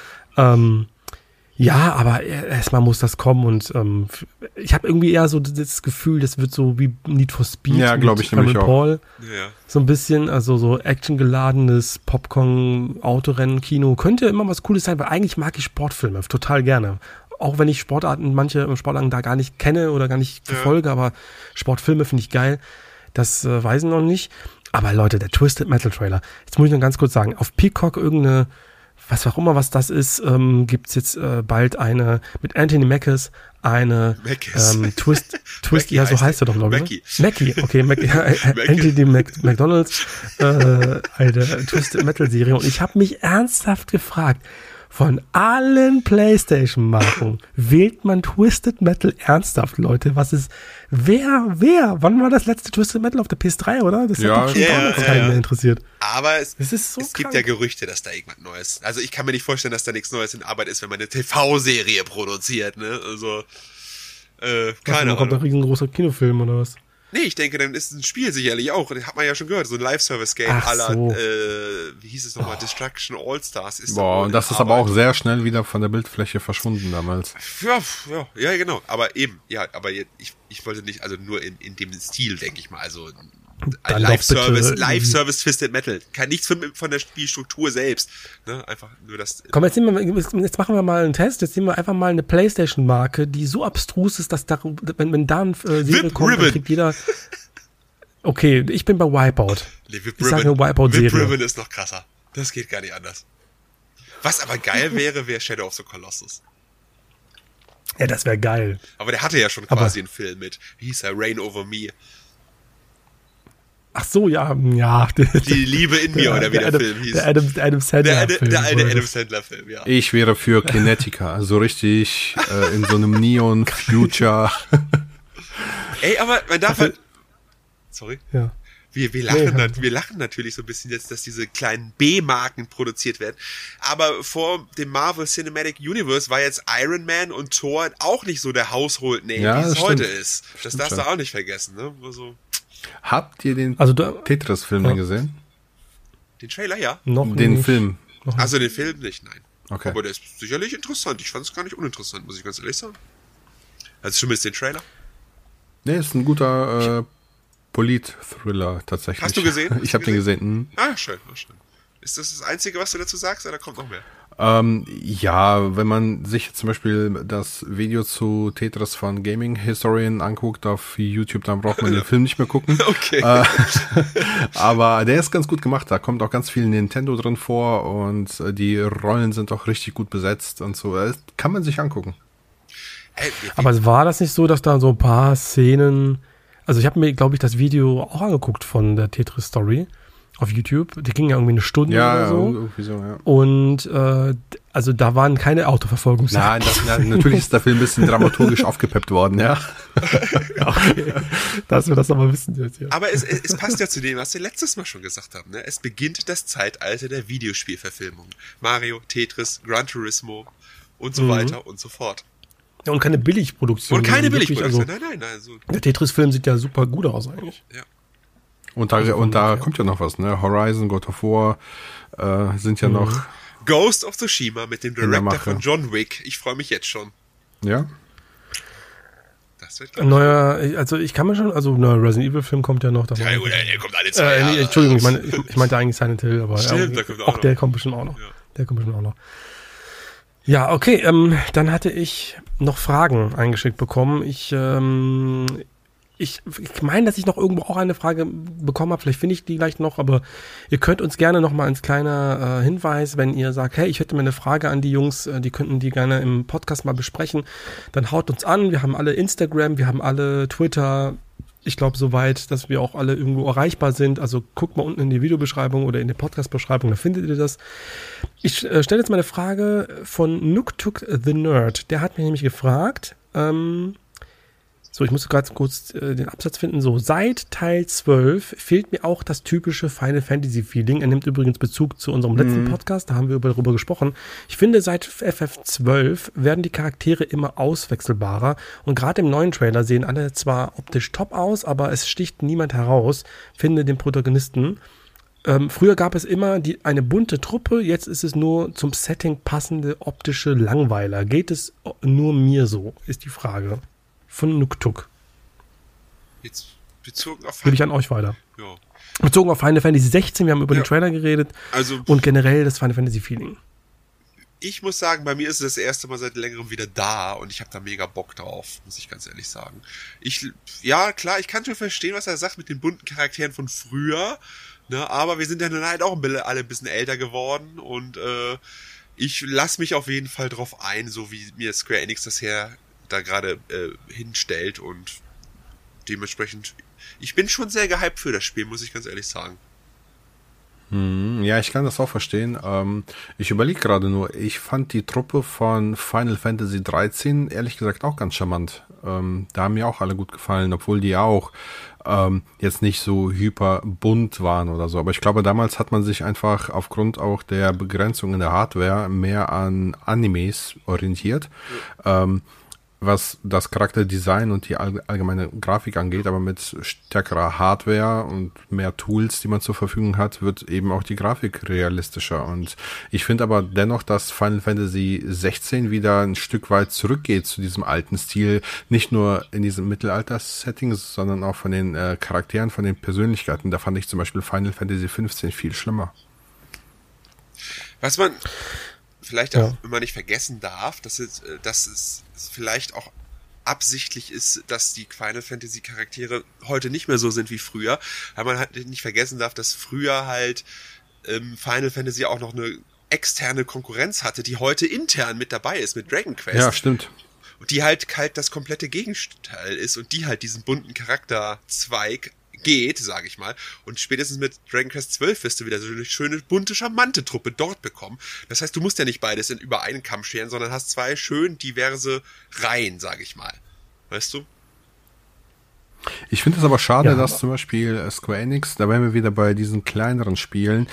Ja, aber erstmal muss das kommen und ich habe irgendwie eher so das Gefühl, das wird so wie Need for Speed. Ja, glaube ich nämlich auch. Paul. Ja. So ein bisschen, also so actiongeladenes Popcorn-Autorennen-Kino. Könnte immer was Cooles sein, weil eigentlich mag ich Sportfilme total gerne. Auch wenn ich manche Sportarten da gar nicht kenne oder gar nicht verfolge, aber Sportfilme finde ich geil. Das weiß ich noch nicht. Aber Leute, der Twisted Metal Trailer. Jetzt muss ich noch ganz kurz sagen, auf Peacock irgendeine, was auch immer was das ist, gibt's jetzt bald eine mit Anthony Mackie, eine Twist, ja, so heißt er doch, glaube ich. Mackie, okay, Anthony McDonald's, eine Twisted Metal Serie. Und ich habe mich ernsthaft gefragt, von allen PlayStation-Marken wählt man Twisted Metal ernsthaft, Leute? Wer? Wann war das letzte Twisted Metal auf der PS3, oder? Das hat doch schon damals keinen mehr interessiert. Aber es so gibt ja Gerüchte, dass da irgendwas Neues. Also ich kann mir nicht vorstellen, dass da nichts Neues in Arbeit ist, wenn man eine TV-Serie produziert, ne? Also, keine Ahnung. Kommt ein riesengroßer Kinofilm oder was? Nee, ich denke, dann ist ein Spiel sicherlich auch. Das hat man ja schon gehört. So ein Live-Service-Game à la, wie hieß es nochmal, Destruction All-Stars. Und das ist aber auch sehr schnell wieder von der Bildfläche verschwunden damals. Ja, genau. Aber eben, ich wollte nicht, also nur in dem Stil, denke ich mal. Also ein Live-Service Twisted Metal. Kann nichts von der Spielstruktur selbst. Ne? Einfach nur das. Komm, jetzt machen wir mal einen Test. Jetzt nehmen wir einfach mal eine PlayStation-Marke, die so abstrus ist, dass da, wenn da ein Serie kommt, dann kriegt jeder. Okay, ich bin bei Wipeout. Ich sage eine Wipeout-Serie. Whip Ribbon ist noch krasser. Das geht gar nicht anders. Was aber geil wäre Shadow of the Colossus. Ja, das wäre geil. Aber der hatte ja schon quasi einen Film mit. Wie hieß er? Reign Over Me. Ach so, ja. Die Liebe in mir, oder wie der Film hieß. Der Adam Sandler-Film. Der alte Adam Sandler-Film, ja. Ich wäre für Kinetica, so richtig in so einem Neon-Future. Ey, aber man darf halt... Sorry? Ja. Wir lachen natürlich so ein bisschen jetzt, dass diese kleinen B-Marken produziert werden. Aber vor dem Marvel Cinematic Universe war jetzt Iron Man und Thor auch nicht so der Household Name, wie es heute ist. Das darfst du auch nicht vergessen, ne? Also, habt ihr den Tetris-Film gesehen? Den Trailer, ja. Den Film. Also den Film nicht, nein. Okay. Aber der ist sicherlich interessant. Ich fand es gar nicht uninteressant, muss ich ganz ehrlich sagen. Also zumindest den Trailer. Nee, ist ein guter Polit-Thriller tatsächlich. Hast du gesehen? Ich habe den gesehen. Ah, schön. Ist das Einzige, was du dazu sagst, oder kommt noch mehr? Ja, wenn man sich zum Beispiel das Video zu Tetris von Gaming Historian anguckt auf YouTube, dann braucht man den Film nicht mehr gucken. Okay. Aber der ist ganz gut gemacht. Da kommt auch ganz viel Nintendo drin vor und die Rollen sind auch richtig gut besetzt und so. Das kann man sich angucken. Aber war das nicht so, dass da so ein paar Szenen... Also ich habe mir, glaube ich, das Video auch angeguckt von der Tetris-Story auf YouTube. Die ging ja irgendwie eine Stunde oder so. Ja, irgendwie so, ja. Und also da waren keine Autoverfolgungsjagden. Nein, natürlich ist der Film ein bisschen dramaturgisch aufgepeppt worden, ja. Okay, dass wir das aber wissen jetzt, ja. Aber es passt ja zu dem, was wir letztes Mal schon gesagt haben. Ne? Es beginnt das Zeitalter der Videospielverfilmung. Mario, Tetris, Gran Turismo und so weiter und so fort. Ja, und keine Billigproduktion. Und keine Billigproduktion, also, nein. Also. Der Tetris-Film sieht ja super gut aus eigentlich. Ja. Und da kommt ja noch was, ne? Horizon, God of War sind ja noch... Ghost of Tsushima mit dem Director von John Wick. Ich freue mich jetzt schon. Ja? Das wird ich kann mir schon, neuer Resident Evil-Film kommt ja noch. Ja, gut, der kommt alle 2 Jahre. Entschuldigung, ich meinte eigentlich Silent Hill, aber stimmt, der kommt auch noch. Der kommt bestimmt auch noch. Ja. Der kommt bestimmt auch noch. Ja, okay, dann hatte ich noch Fragen eingeschickt bekommen. Ich meine, dass ich noch irgendwo auch eine Frage bekommen habe. Vielleicht finde ich die gleich noch, aber ihr könnt uns gerne noch mal als kleiner Hinweis, wenn ihr sagt, hey, ich hätte mal eine Frage an die Jungs, die könnten die gerne im Podcast mal besprechen, dann haut uns an. Wir haben alle Instagram, wir haben alle Twitter. Ich glaube soweit, dass wir auch alle irgendwo erreichbar sind. Also guckt mal unten in die Videobeschreibung oder in die Podcast-Beschreibung, da findet ihr das. Ich stelle jetzt mal eine Frage von Nooktuk the Nerd. Der hat mich nämlich gefragt, So, ich muss gerade kurz den Absatz finden. So, seit Teil 12 fehlt mir auch das typische Final Fantasy Feeling. Er nimmt übrigens Bezug zu unserem letzten Podcast, da haben wir darüber gesprochen. Ich finde, seit FF12 werden die Charaktere immer auswechselbarer und gerade im neuen Trailer sehen alle zwar optisch top aus, aber es sticht niemand heraus, finde den Protagonisten. Früher gab es immer eine bunte Truppe, jetzt ist es nur zum Setting passende optische Langweiler. Geht es nur mir so, ist die Frage. Von Nuktuk. Jetzt bezogen auf... Gebe ich an euch weiter. Ja. Bezogen auf Final Fantasy 16, wir haben über den Trailer geredet. Also, und generell das Final Fantasy Feeling. Ich muss sagen, bei mir ist es das erste Mal seit längerem wieder da und ich habe da mega Bock drauf, muss ich ganz ehrlich sagen. Ja, klar, ich kann schon verstehen, was er sagt mit den bunten Charakteren von früher, ne, aber wir sind ja dann halt auch alle ein bisschen älter geworden und ich lasse mich auf jeden Fall drauf ein, so wie mir Square Enix das da gerade hinstellt und dementsprechend, ich bin schon sehr gehypt für das Spiel, muss ich ganz ehrlich sagen. Ja, ich kann das auch verstehen. Ich überlege gerade nur, ich fand die Truppe von Final Fantasy 13 ehrlich gesagt auch ganz charmant. Da haben mir auch alle gut gefallen, obwohl die auch jetzt nicht so hyper bunt waren oder so. Aber ich glaube, damals hat man sich einfach aufgrund auch der Begrenzung in der Hardware mehr an Animes orientiert. Was das Charakterdesign und die allgemeine Grafik angeht, aber mit stärkerer Hardware und mehr Tools, die man zur Verfügung hat, wird eben auch die Grafik realistischer. Und ich finde aber dennoch, dass Final Fantasy 16 wieder ein Stück weit zurückgeht zu diesem alten Stil, nicht nur in diesem Mittelalter-Setting, sondern auch von den Charakteren, von den Persönlichkeiten. Da fand ich zum Beispiel Final Fantasy 15 viel schlimmer. Was man vielleicht auch immer nicht vergessen darf, dass es vielleicht auch absichtlich ist, dass die Final Fantasy Charaktere heute nicht mehr so sind wie früher, weil man halt nicht vergessen darf, dass früher halt Final Fantasy auch noch eine externe Konkurrenz hatte, die heute intern mit dabei ist, mit Dragon Quest. Ja, stimmt. Und die halt das komplette Gegenteil ist und die halt diesen bunten Charakterzweig geht, sage ich mal. Und spätestens mit Dragon Quest 12 wirst du wieder so eine schöne, bunte, charmante Truppe dort bekommen. Das heißt, du musst ja nicht beides über einen Kamm scheren, sondern hast zwei schön diverse Reihen, sage ich mal. Weißt du? Ich finde es aber schade, dass zum Beispiel Square Enix, da wären wir wieder bei diesen kleineren Spielen,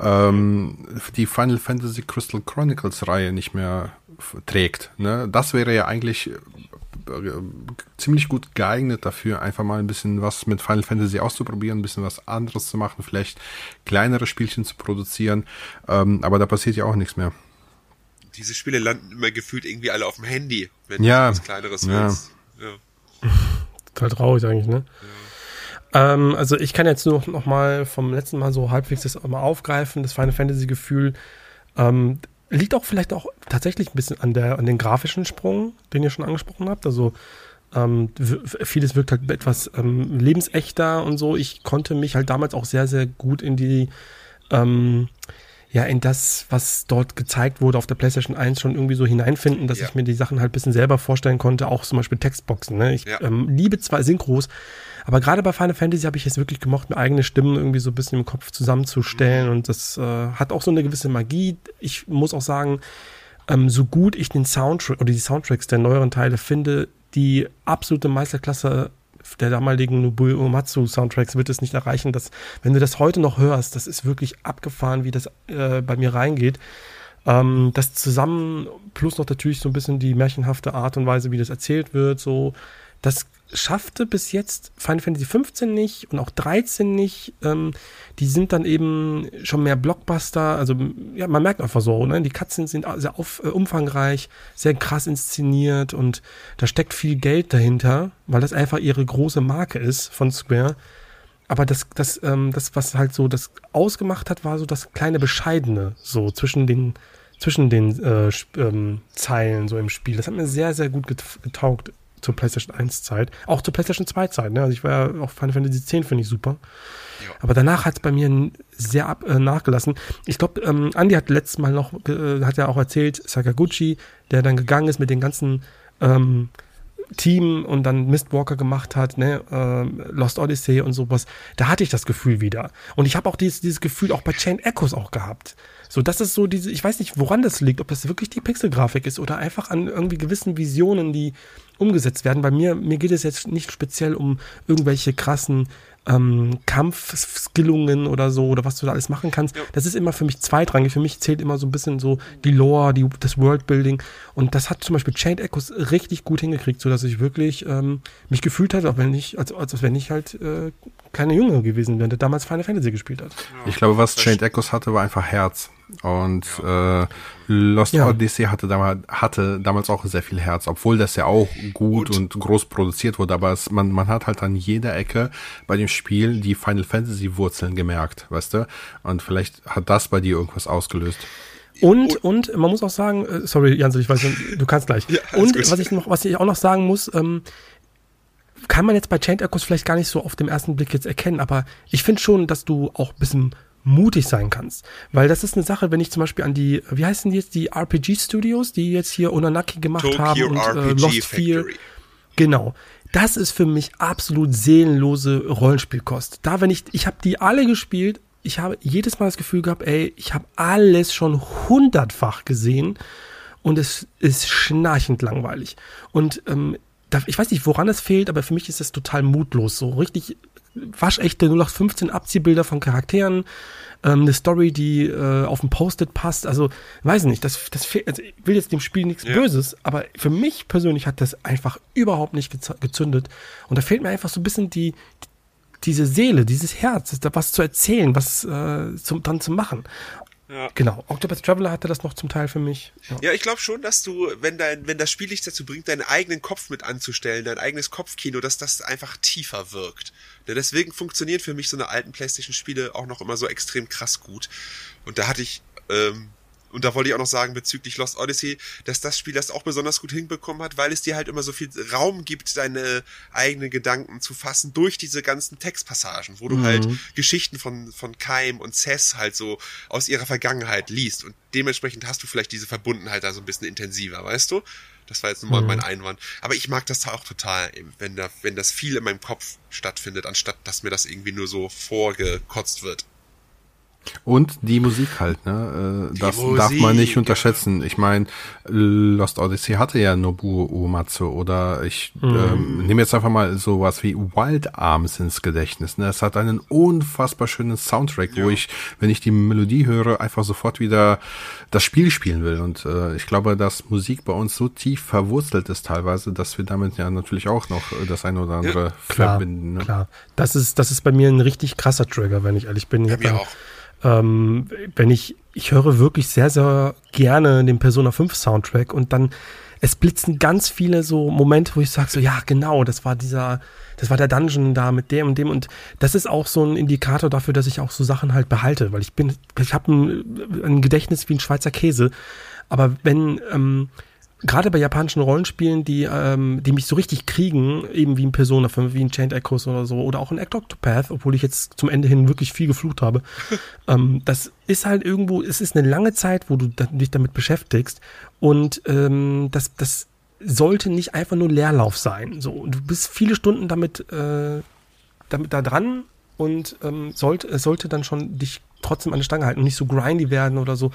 die Final Fantasy Crystal Chronicles Reihe nicht mehr trägt. Ne? Das wäre ja eigentlich ziemlich gut geeignet dafür, einfach mal ein bisschen was mit Final Fantasy auszuprobieren, ein bisschen was anderes zu machen, vielleicht kleinere Spielchen zu produzieren, aber da passiert ja auch nichts mehr. Diese Spiele landen immer gefühlt irgendwie alle auf dem Handy, wenn du was Kleineres willst. Ja. Total traurig eigentlich, ne? Ja. Also ich kann jetzt nur noch mal vom letzten Mal so halbwegs das mal aufgreifen, das Final Fantasy Gefühl, liegt auch vielleicht auch tatsächlich ein bisschen an den grafischen Sprung, den ihr schon angesprochen habt. Also vieles wirkt halt etwas lebensechter und so. Ich konnte mich halt damals auch sehr, sehr gut in in das, was dort gezeigt wurde auf der PlayStation 1 schon irgendwie so hineinfinden, dass ich mir die Sachen halt ein bisschen selber vorstellen konnte, auch zum Beispiel Textboxen. Ne? Ich liebe zwar Synchros, aber gerade bei Final Fantasy habe ich es wirklich gemocht, mir eigene Stimmen irgendwie so ein bisschen im Kopf zusammenzustellen und das hat auch so eine gewisse Magie. Ich muss auch sagen, so gut ich den Soundtrack oder die Soundtracks der neueren Teile finde, die absolute Meisterklasse der damaligen Nobuo Uematsu Soundtracks wird es nicht erreichen, dass, wenn du das heute noch hörst, das ist wirklich abgefahren, wie das bei mir reingeht. Das zusammen, plus noch natürlich so ein bisschen die märchenhafte Art und Weise, wie das erzählt wird, so, das schaffte bis jetzt Final Fantasy 15 nicht und auch 13 nicht. Die sind dann eben schon mehr Blockbuster. Also ja, man merkt einfach so, ne? Die Cutscenes sind sehr umfangreich, sehr krass inszeniert und da steckt viel Geld dahinter, weil das einfach ihre große Marke ist von Square. Aber das was halt so das ausgemacht hat, war so das kleine Bescheidene, so zwischen den Zeilen so im Spiel. Das hat mir sehr, sehr gut getaugt. Zur PlayStation 1 Zeit, auch zur PlayStation 2 Zeit, ne? Also ich war ja auch Final Fantasy 10 finde ich super. Ja. Aber danach hat es bei mir sehr nachgelassen. Ich glaube, Andi hat letztes Mal noch, hat ja auch erzählt, Sakaguchi, der dann gegangen ist mit den ganzen Team und dann Mistwalker gemacht hat, ne, Lost Odyssey und sowas. Da hatte ich das Gefühl wieder. Und ich habe auch dieses Gefühl auch bei Chain Echoes auch gehabt. So, das ist so ich weiß nicht, woran das liegt, ob das wirklich die Pixelgrafik ist oder einfach an irgendwie gewissen Visionen, die umgesetzt werden, weil mir geht es jetzt nicht speziell um irgendwelche krassen Kampfskillungen oder so, oder was du da alles machen kannst. Ja. Das ist immer für mich zweitrangig. Für mich zählt immer so ein bisschen so die Lore, das Worldbuilding. Und das hat zum Beispiel Chained Echoes richtig gut hingekriegt, sodass ich wirklich mich gefühlt hatte, als wenn ich halt kleiner Junge gewesen wäre, der damals Final Fantasy gespielt hat. Ich glaube, was Chained Echoes hatte, war einfach Herz. Und Lost Odyssey hatte damals auch sehr viel Herz, obwohl das ja auch gut und groß produziert wurde, aber man hat halt an jeder Ecke bei dem Spiel die Final Fantasy Wurzeln gemerkt, weißt du? Und vielleicht hat das bei dir irgendwas ausgelöst. Und man muss auch sagen, sorry Jans, ich weiß, du kannst gleich. Ja, und was ich auch noch sagen muss, kann man jetzt bei Chained Echoes vielleicht gar nicht so auf den ersten Blick jetzt erkennen, aber ich finde schon, dass du auch ein bisschen mutig sein kannst. Weil das ist eine Sache, wenn ich zum Beispiel an die, wie heißen die jetzt, die RPG-Studios, die jetzt hier Unanaki gemacht Tokyo haben und RPG Lost Fear. Genau. Das ist für mich absolut seelenlose Rollenspielkost. Da, ich habe die alle gespielt, ich habe jedes Mal das Gefühl gehabt, ich habe alles schon 100-fach gesehen und es ist schnarchend langweilig. Und ich weiß nicht, woran es fehlt, aber für mich ist das total mutlos. So richtig waschechte 0815 Abziehbilder von Charakteren, eine Story, die auf ein Post-it passt. Also, weiß nicht, das fehlt. Also ich will jetzt dem Spiel nichts Böses, aber für mich persönlich hat das einfach überhaupt nicht gezündet. Und da fehlt mir einfach so ein bisschen diese Seele, dieses Herz, was zu erzählen, was dann zu machen. Ja. Genau, Octopath Traveler hatte das noch zum Teil für mich. Ja, ich glaube schon, dass du, wenn das Spiel dich dazu bringt, deinen eigenen Kopf mit anzustellen, dein eigenes Kopfkino, dass das einfach tiefer wirkt. Denn deswegen funktionieren für mich so eine alten PlayStation-Spiele auch noch immer so extrem krass gut. Und da hatte ich, und da wollte ich auch noch sagen, bezüglich Lost Odyssey, dass das Spiel das auch besonders gut hinbekommen hat, weil es dir halt immer so viel Raum gibt, deine eigenen Gedanken zu fassen durch diese ganzen Textpassagen, wo du halt Geschichten von Keim und Cess halt so aus ihrer Vergangenheit liest. Und dementsprechend hast du vielleicht diese Verbundenheit da so ein bisschen intensiver, weißt du? Das war jetzt nur mal mein Einwand. Aber ich mag das auch total, wenn das viel in meinem Kopf stattfindet, anstatt dass mir das irgendwie nur so vorgekotzt wird. Und die Musik halt, ne? Das darf man nicht unterschätzen. Ich meine, Lost Odyssey hatte ja Nobuo Uematsu oder ich nehme jetzt einfach mal sowas wie Wild Arms ins Gedächtnis. Ne? Es hat einen unfassbar schönen Soundtrack, wo ich, wenn ich die Melodie höre, einfach sofort wieder das Spiel spielen will. Und ich glaube, dass Musik bei uns so tief verwurzelt ist teilweise, dass wir damit ja natürlich auch noch das eine oder andere verbinden. Ne? Klar, das ist bei mir ein richtig krasser Trigger, wenn ich ehrlich bin. Ich mir auch. Wenn ich höre wirklich sehr, sehr gerne den Persona 5 Soundtrack und dann, es blitzen ganz viele so Momente, wo ich sage so, ja genau, das war der Dungeon da mit dem und dem und das ist auch so ein Indikator dafür, dass ich auch so Sachen halt behalte, weil ich habe ein Gedächtnis wie ein Schweizer Käse, aber wenn, gerade bei japanischen Rollenspielen, die mich so richtig kriegen, eben wie in Persona 5, wie in Chained Echoes oder so, oder auch in Octopath, obwohl ich jetzt zum Ende hin wirklich viel geflucht habe, das ist halt irgendwo, es ist eine lange Zeit, wo du dich damit beschäftigst und das sollte nicht einfach nur Leerlauf sein. So, du bist viele Stunden damit da dran und es sollte dann schon dich trotzdem an der Stange halten und nicht so grindy werden oder so.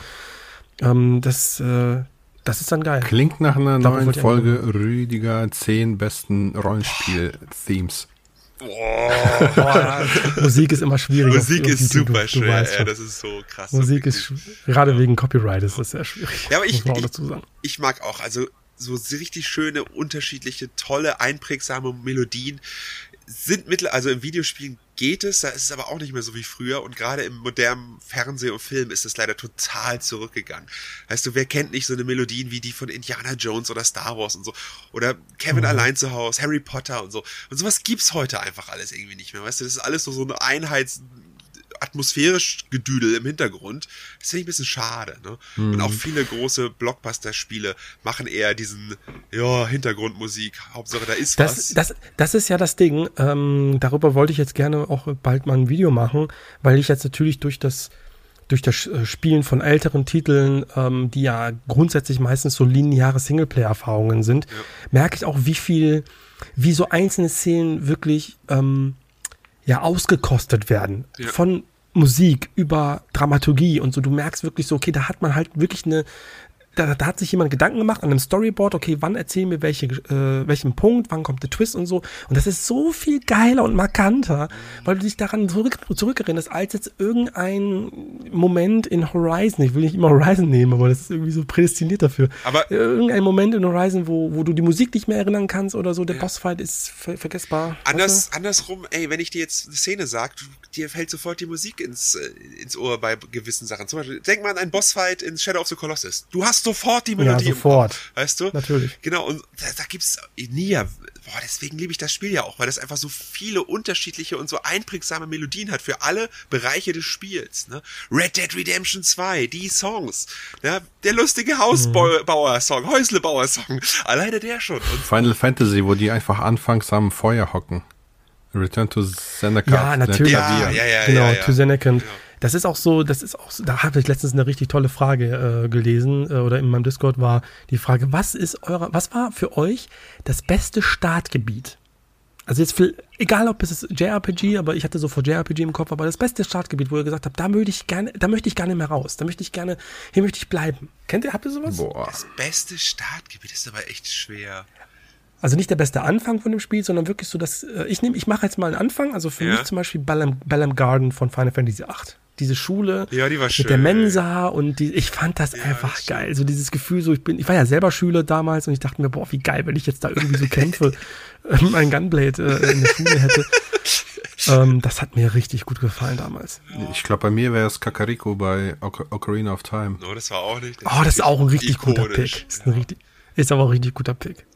Das ist dann geil. Klingt nach einer neuen Folge Rüdiger 10 besten Rollenspiel-Themes. Boah, Musik ist immer schwierig. Musik ist super schwer, das ist so krass. Musik ist, gerade wegen Copyright ist das sehr schwierig. Ja, aber ich mag auch, also so richtig schöne, unterschiedliche, tolle, einprägsame Melodien sind also im Videospielen geht es, da ist es aber auch nicht mehr so wie früher und gerade im modernen Fernsehen und Film ist es leider total zurückgegangen. Weißt du, wer kennt nicht so eine Melodien wie die von Indiana Jones oder Star Wars und so oder Kevin allein zu Hause, Harry Potter und so und sowas gibt's heute einfach alles irgendwie nicht mehr, weißt du, das ist alles so eine atmosphärisch Gedüdel im Hintergrund. Das finde ich ein bisschen schade, ne? Und auch viele große Blockbuster-Spiele machen eher diesen, Hintergrundmusik. Hauptsache, da ist was. Das ist ja das Ding. Darüber wollte ich jetzt gerne auch bald mal ein Video machen, weil ich jetzt natürlich durch das Spielen von älteren Titeln, die ja grundsätzlich meistens so lineare Singleplayer-Erfahrungen sind, merke ich auch, wie so einzelne Szenen wirklich ausgekostet werden. Ja. Von Musik über Dramaturgie und so. Du merkst wirklich so, okay, da hat man halt wirklich da hat sich jemand Gedanken gemacht an einem Storyboard, okay, wann erzählen wir welchen Punkt, wann kommt der Twist und so. Und das ist so viel geiler und markanter, weil du dich daran zurückerinnerst, als jetzt irgendein Moment in Horizon. Ich will nicht immer Horizon nehmen, aber das ist irgendwie so prädestiniert dafür. Aber irgendein Moment in Horizon, wo du die Musik nicht mehr erinnern kannst oder so, der Bossfight ist vergessbar. Andersrum, ey, wenn ich dir jetzt eine Szene sag, dir fällt sofort die Musik ins Ohr bei gewissen Sachen. Zum Beispiel, denk mal an einen Bossfight in Shadow of the Colossus. Du hast sofort die Melodie im Kopf, weißt du? Natürlich. Genau, und da gibt's Nier. Boah, deswegen liebe ich das Spiel ja auch, weil das einfach so viele unterschiedliche und so einprägsame Melodien hat für alle Bereiche des Spiels. Ne? Red Dead Redemption 2, die Songs, ne? Der lustige Hausbauer-Song, Häuslebauer-Song, alleine der schon. Und Final Fantasy, wo die einfach anfangs am Feuer hocken. Return to Zendikar. Ja, natürlich. Ja. Genau, to Zendikar. Genau. Das ist auch so, da habe ich letztens eine richtig tolle Frage gelesen oder in meinem Discord war die Frage, was war für euch das beste Startgebiet? Also jetzt egal ob es ist JRPG, aber ich hatte sofort JRPG im Kopf, aber das beste Startgebiet, wo ihr gesagt habt, da möchte ich gar nicht mehr raus, hier möchte ich bleiben. Habt ihr sowas? Boah. Das beste Startgebiet ist aber echt schwer. Also nicht der beste Anfang von dem Spiel, sondern wirklich so, dass ich mache jetzt mal einen Anfang, also für mich zum Beispiel Balam Garden von Final Fantasy VIII. Diese Schule die war schön, mit der Mensa und ich fand das einfach geil. So dieses Gefühl, so ich war ja selber Schüler damals und ich dachte mir, boah, wie geil, wenn ich jetzt da irgendwie so Kämpfe, ein Gunblade in der Schule hätte. Das hat mir richtig gut gefallen damals. Ich glaube, bei mir wäre es Kakariko bei Ocarina of Time. No, das war auch nicht. Das ist auch ein richtig guter Pick. Ist aber auch ein richtig guter Pick.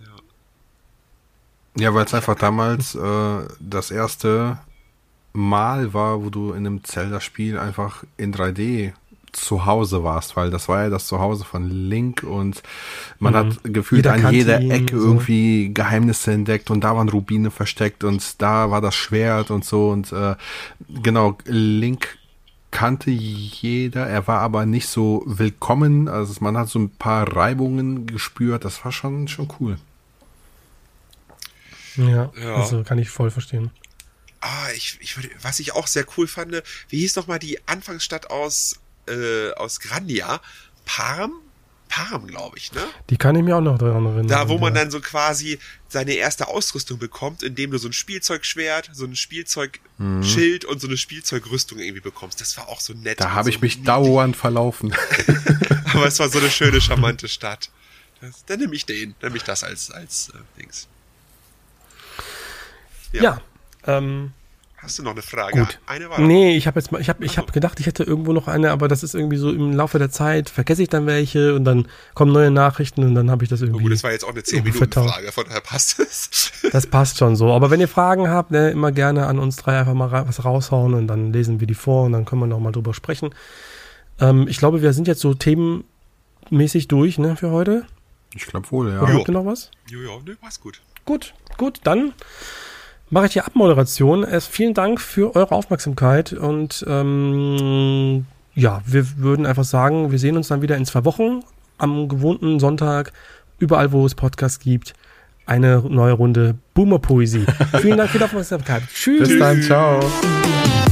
Ja, weil es einfach damals das erste Mal war, wo du in einem Zelda-Spiel einfach in 3D zu Hause warst, weil das war ja das Zuhause von Link und man hat gefühlt an jeder Ecke irgendwie Geheimnisse entdeckt und da waren Rubine versteckt und da war das Schwert und so und genau, Link kannte jeder, er war aber nicht so willkommen, also man hat so ein paar Reibungen gespürt, das war schon cool. Ja, also kann ich voll verstehen. Was ich auch sehr cool fand, wie hieß nochmal die Anfangsstadt aus Grandia? Parm, glaube ich, ne? Die kann ich mir auch noch daran erinnern. Da, wo man dann so quasi seine erste Ausrüstung bekommt, indem du so ein Spielzeugschwert, so ein Spielzeugschild und so eine Spielzeugrüstung irgendwie bekommst. Das war auch so nett. Da habe ich mich dauernd verlaufen. Aber es war so eine schöne, charmante Stadt. Dann nehme ich das als Dings. Ja. Hast du noch eine Frage? Gut. Eine war Nee, ich habe gedacht, ich hätte irgendwo noch eine, aber das ist irgendwie so im Laufe der Zeit, vergesse ich dann welche und dann kommen neue Nachrichten und dann habe ich das irgendwie. Gut, das war jetzt auch eine 10-Minuten-Frage, von daher passt es. Das passt schon so. Aber wenn ihr Fragen habt, ne, immer gerne an uns drei einfach mal was raushauen und dann lesen wir die vor und dann können wir noch mal drüber sprechen. Ich glaube, wir sind jetzt so themenmäßig durch, ne, für heute. Ich glaube wohl, ja. Oder habt ihr noch was? Ja, ne, passt gut. Gut, dann mache ich die Abmoderation. Vielen Dank für eure Aufmerksamkeit und wir würden einfach sagen, wir sehen uns dann wieder in 2 Wochen am gewohnten Sonntag, überall wo es Podcasts gibt, eine neue Runde Boomer Poesie. Vielen Dank für die Aufmerksamkeit. Tschüss. Bis dann, ciao.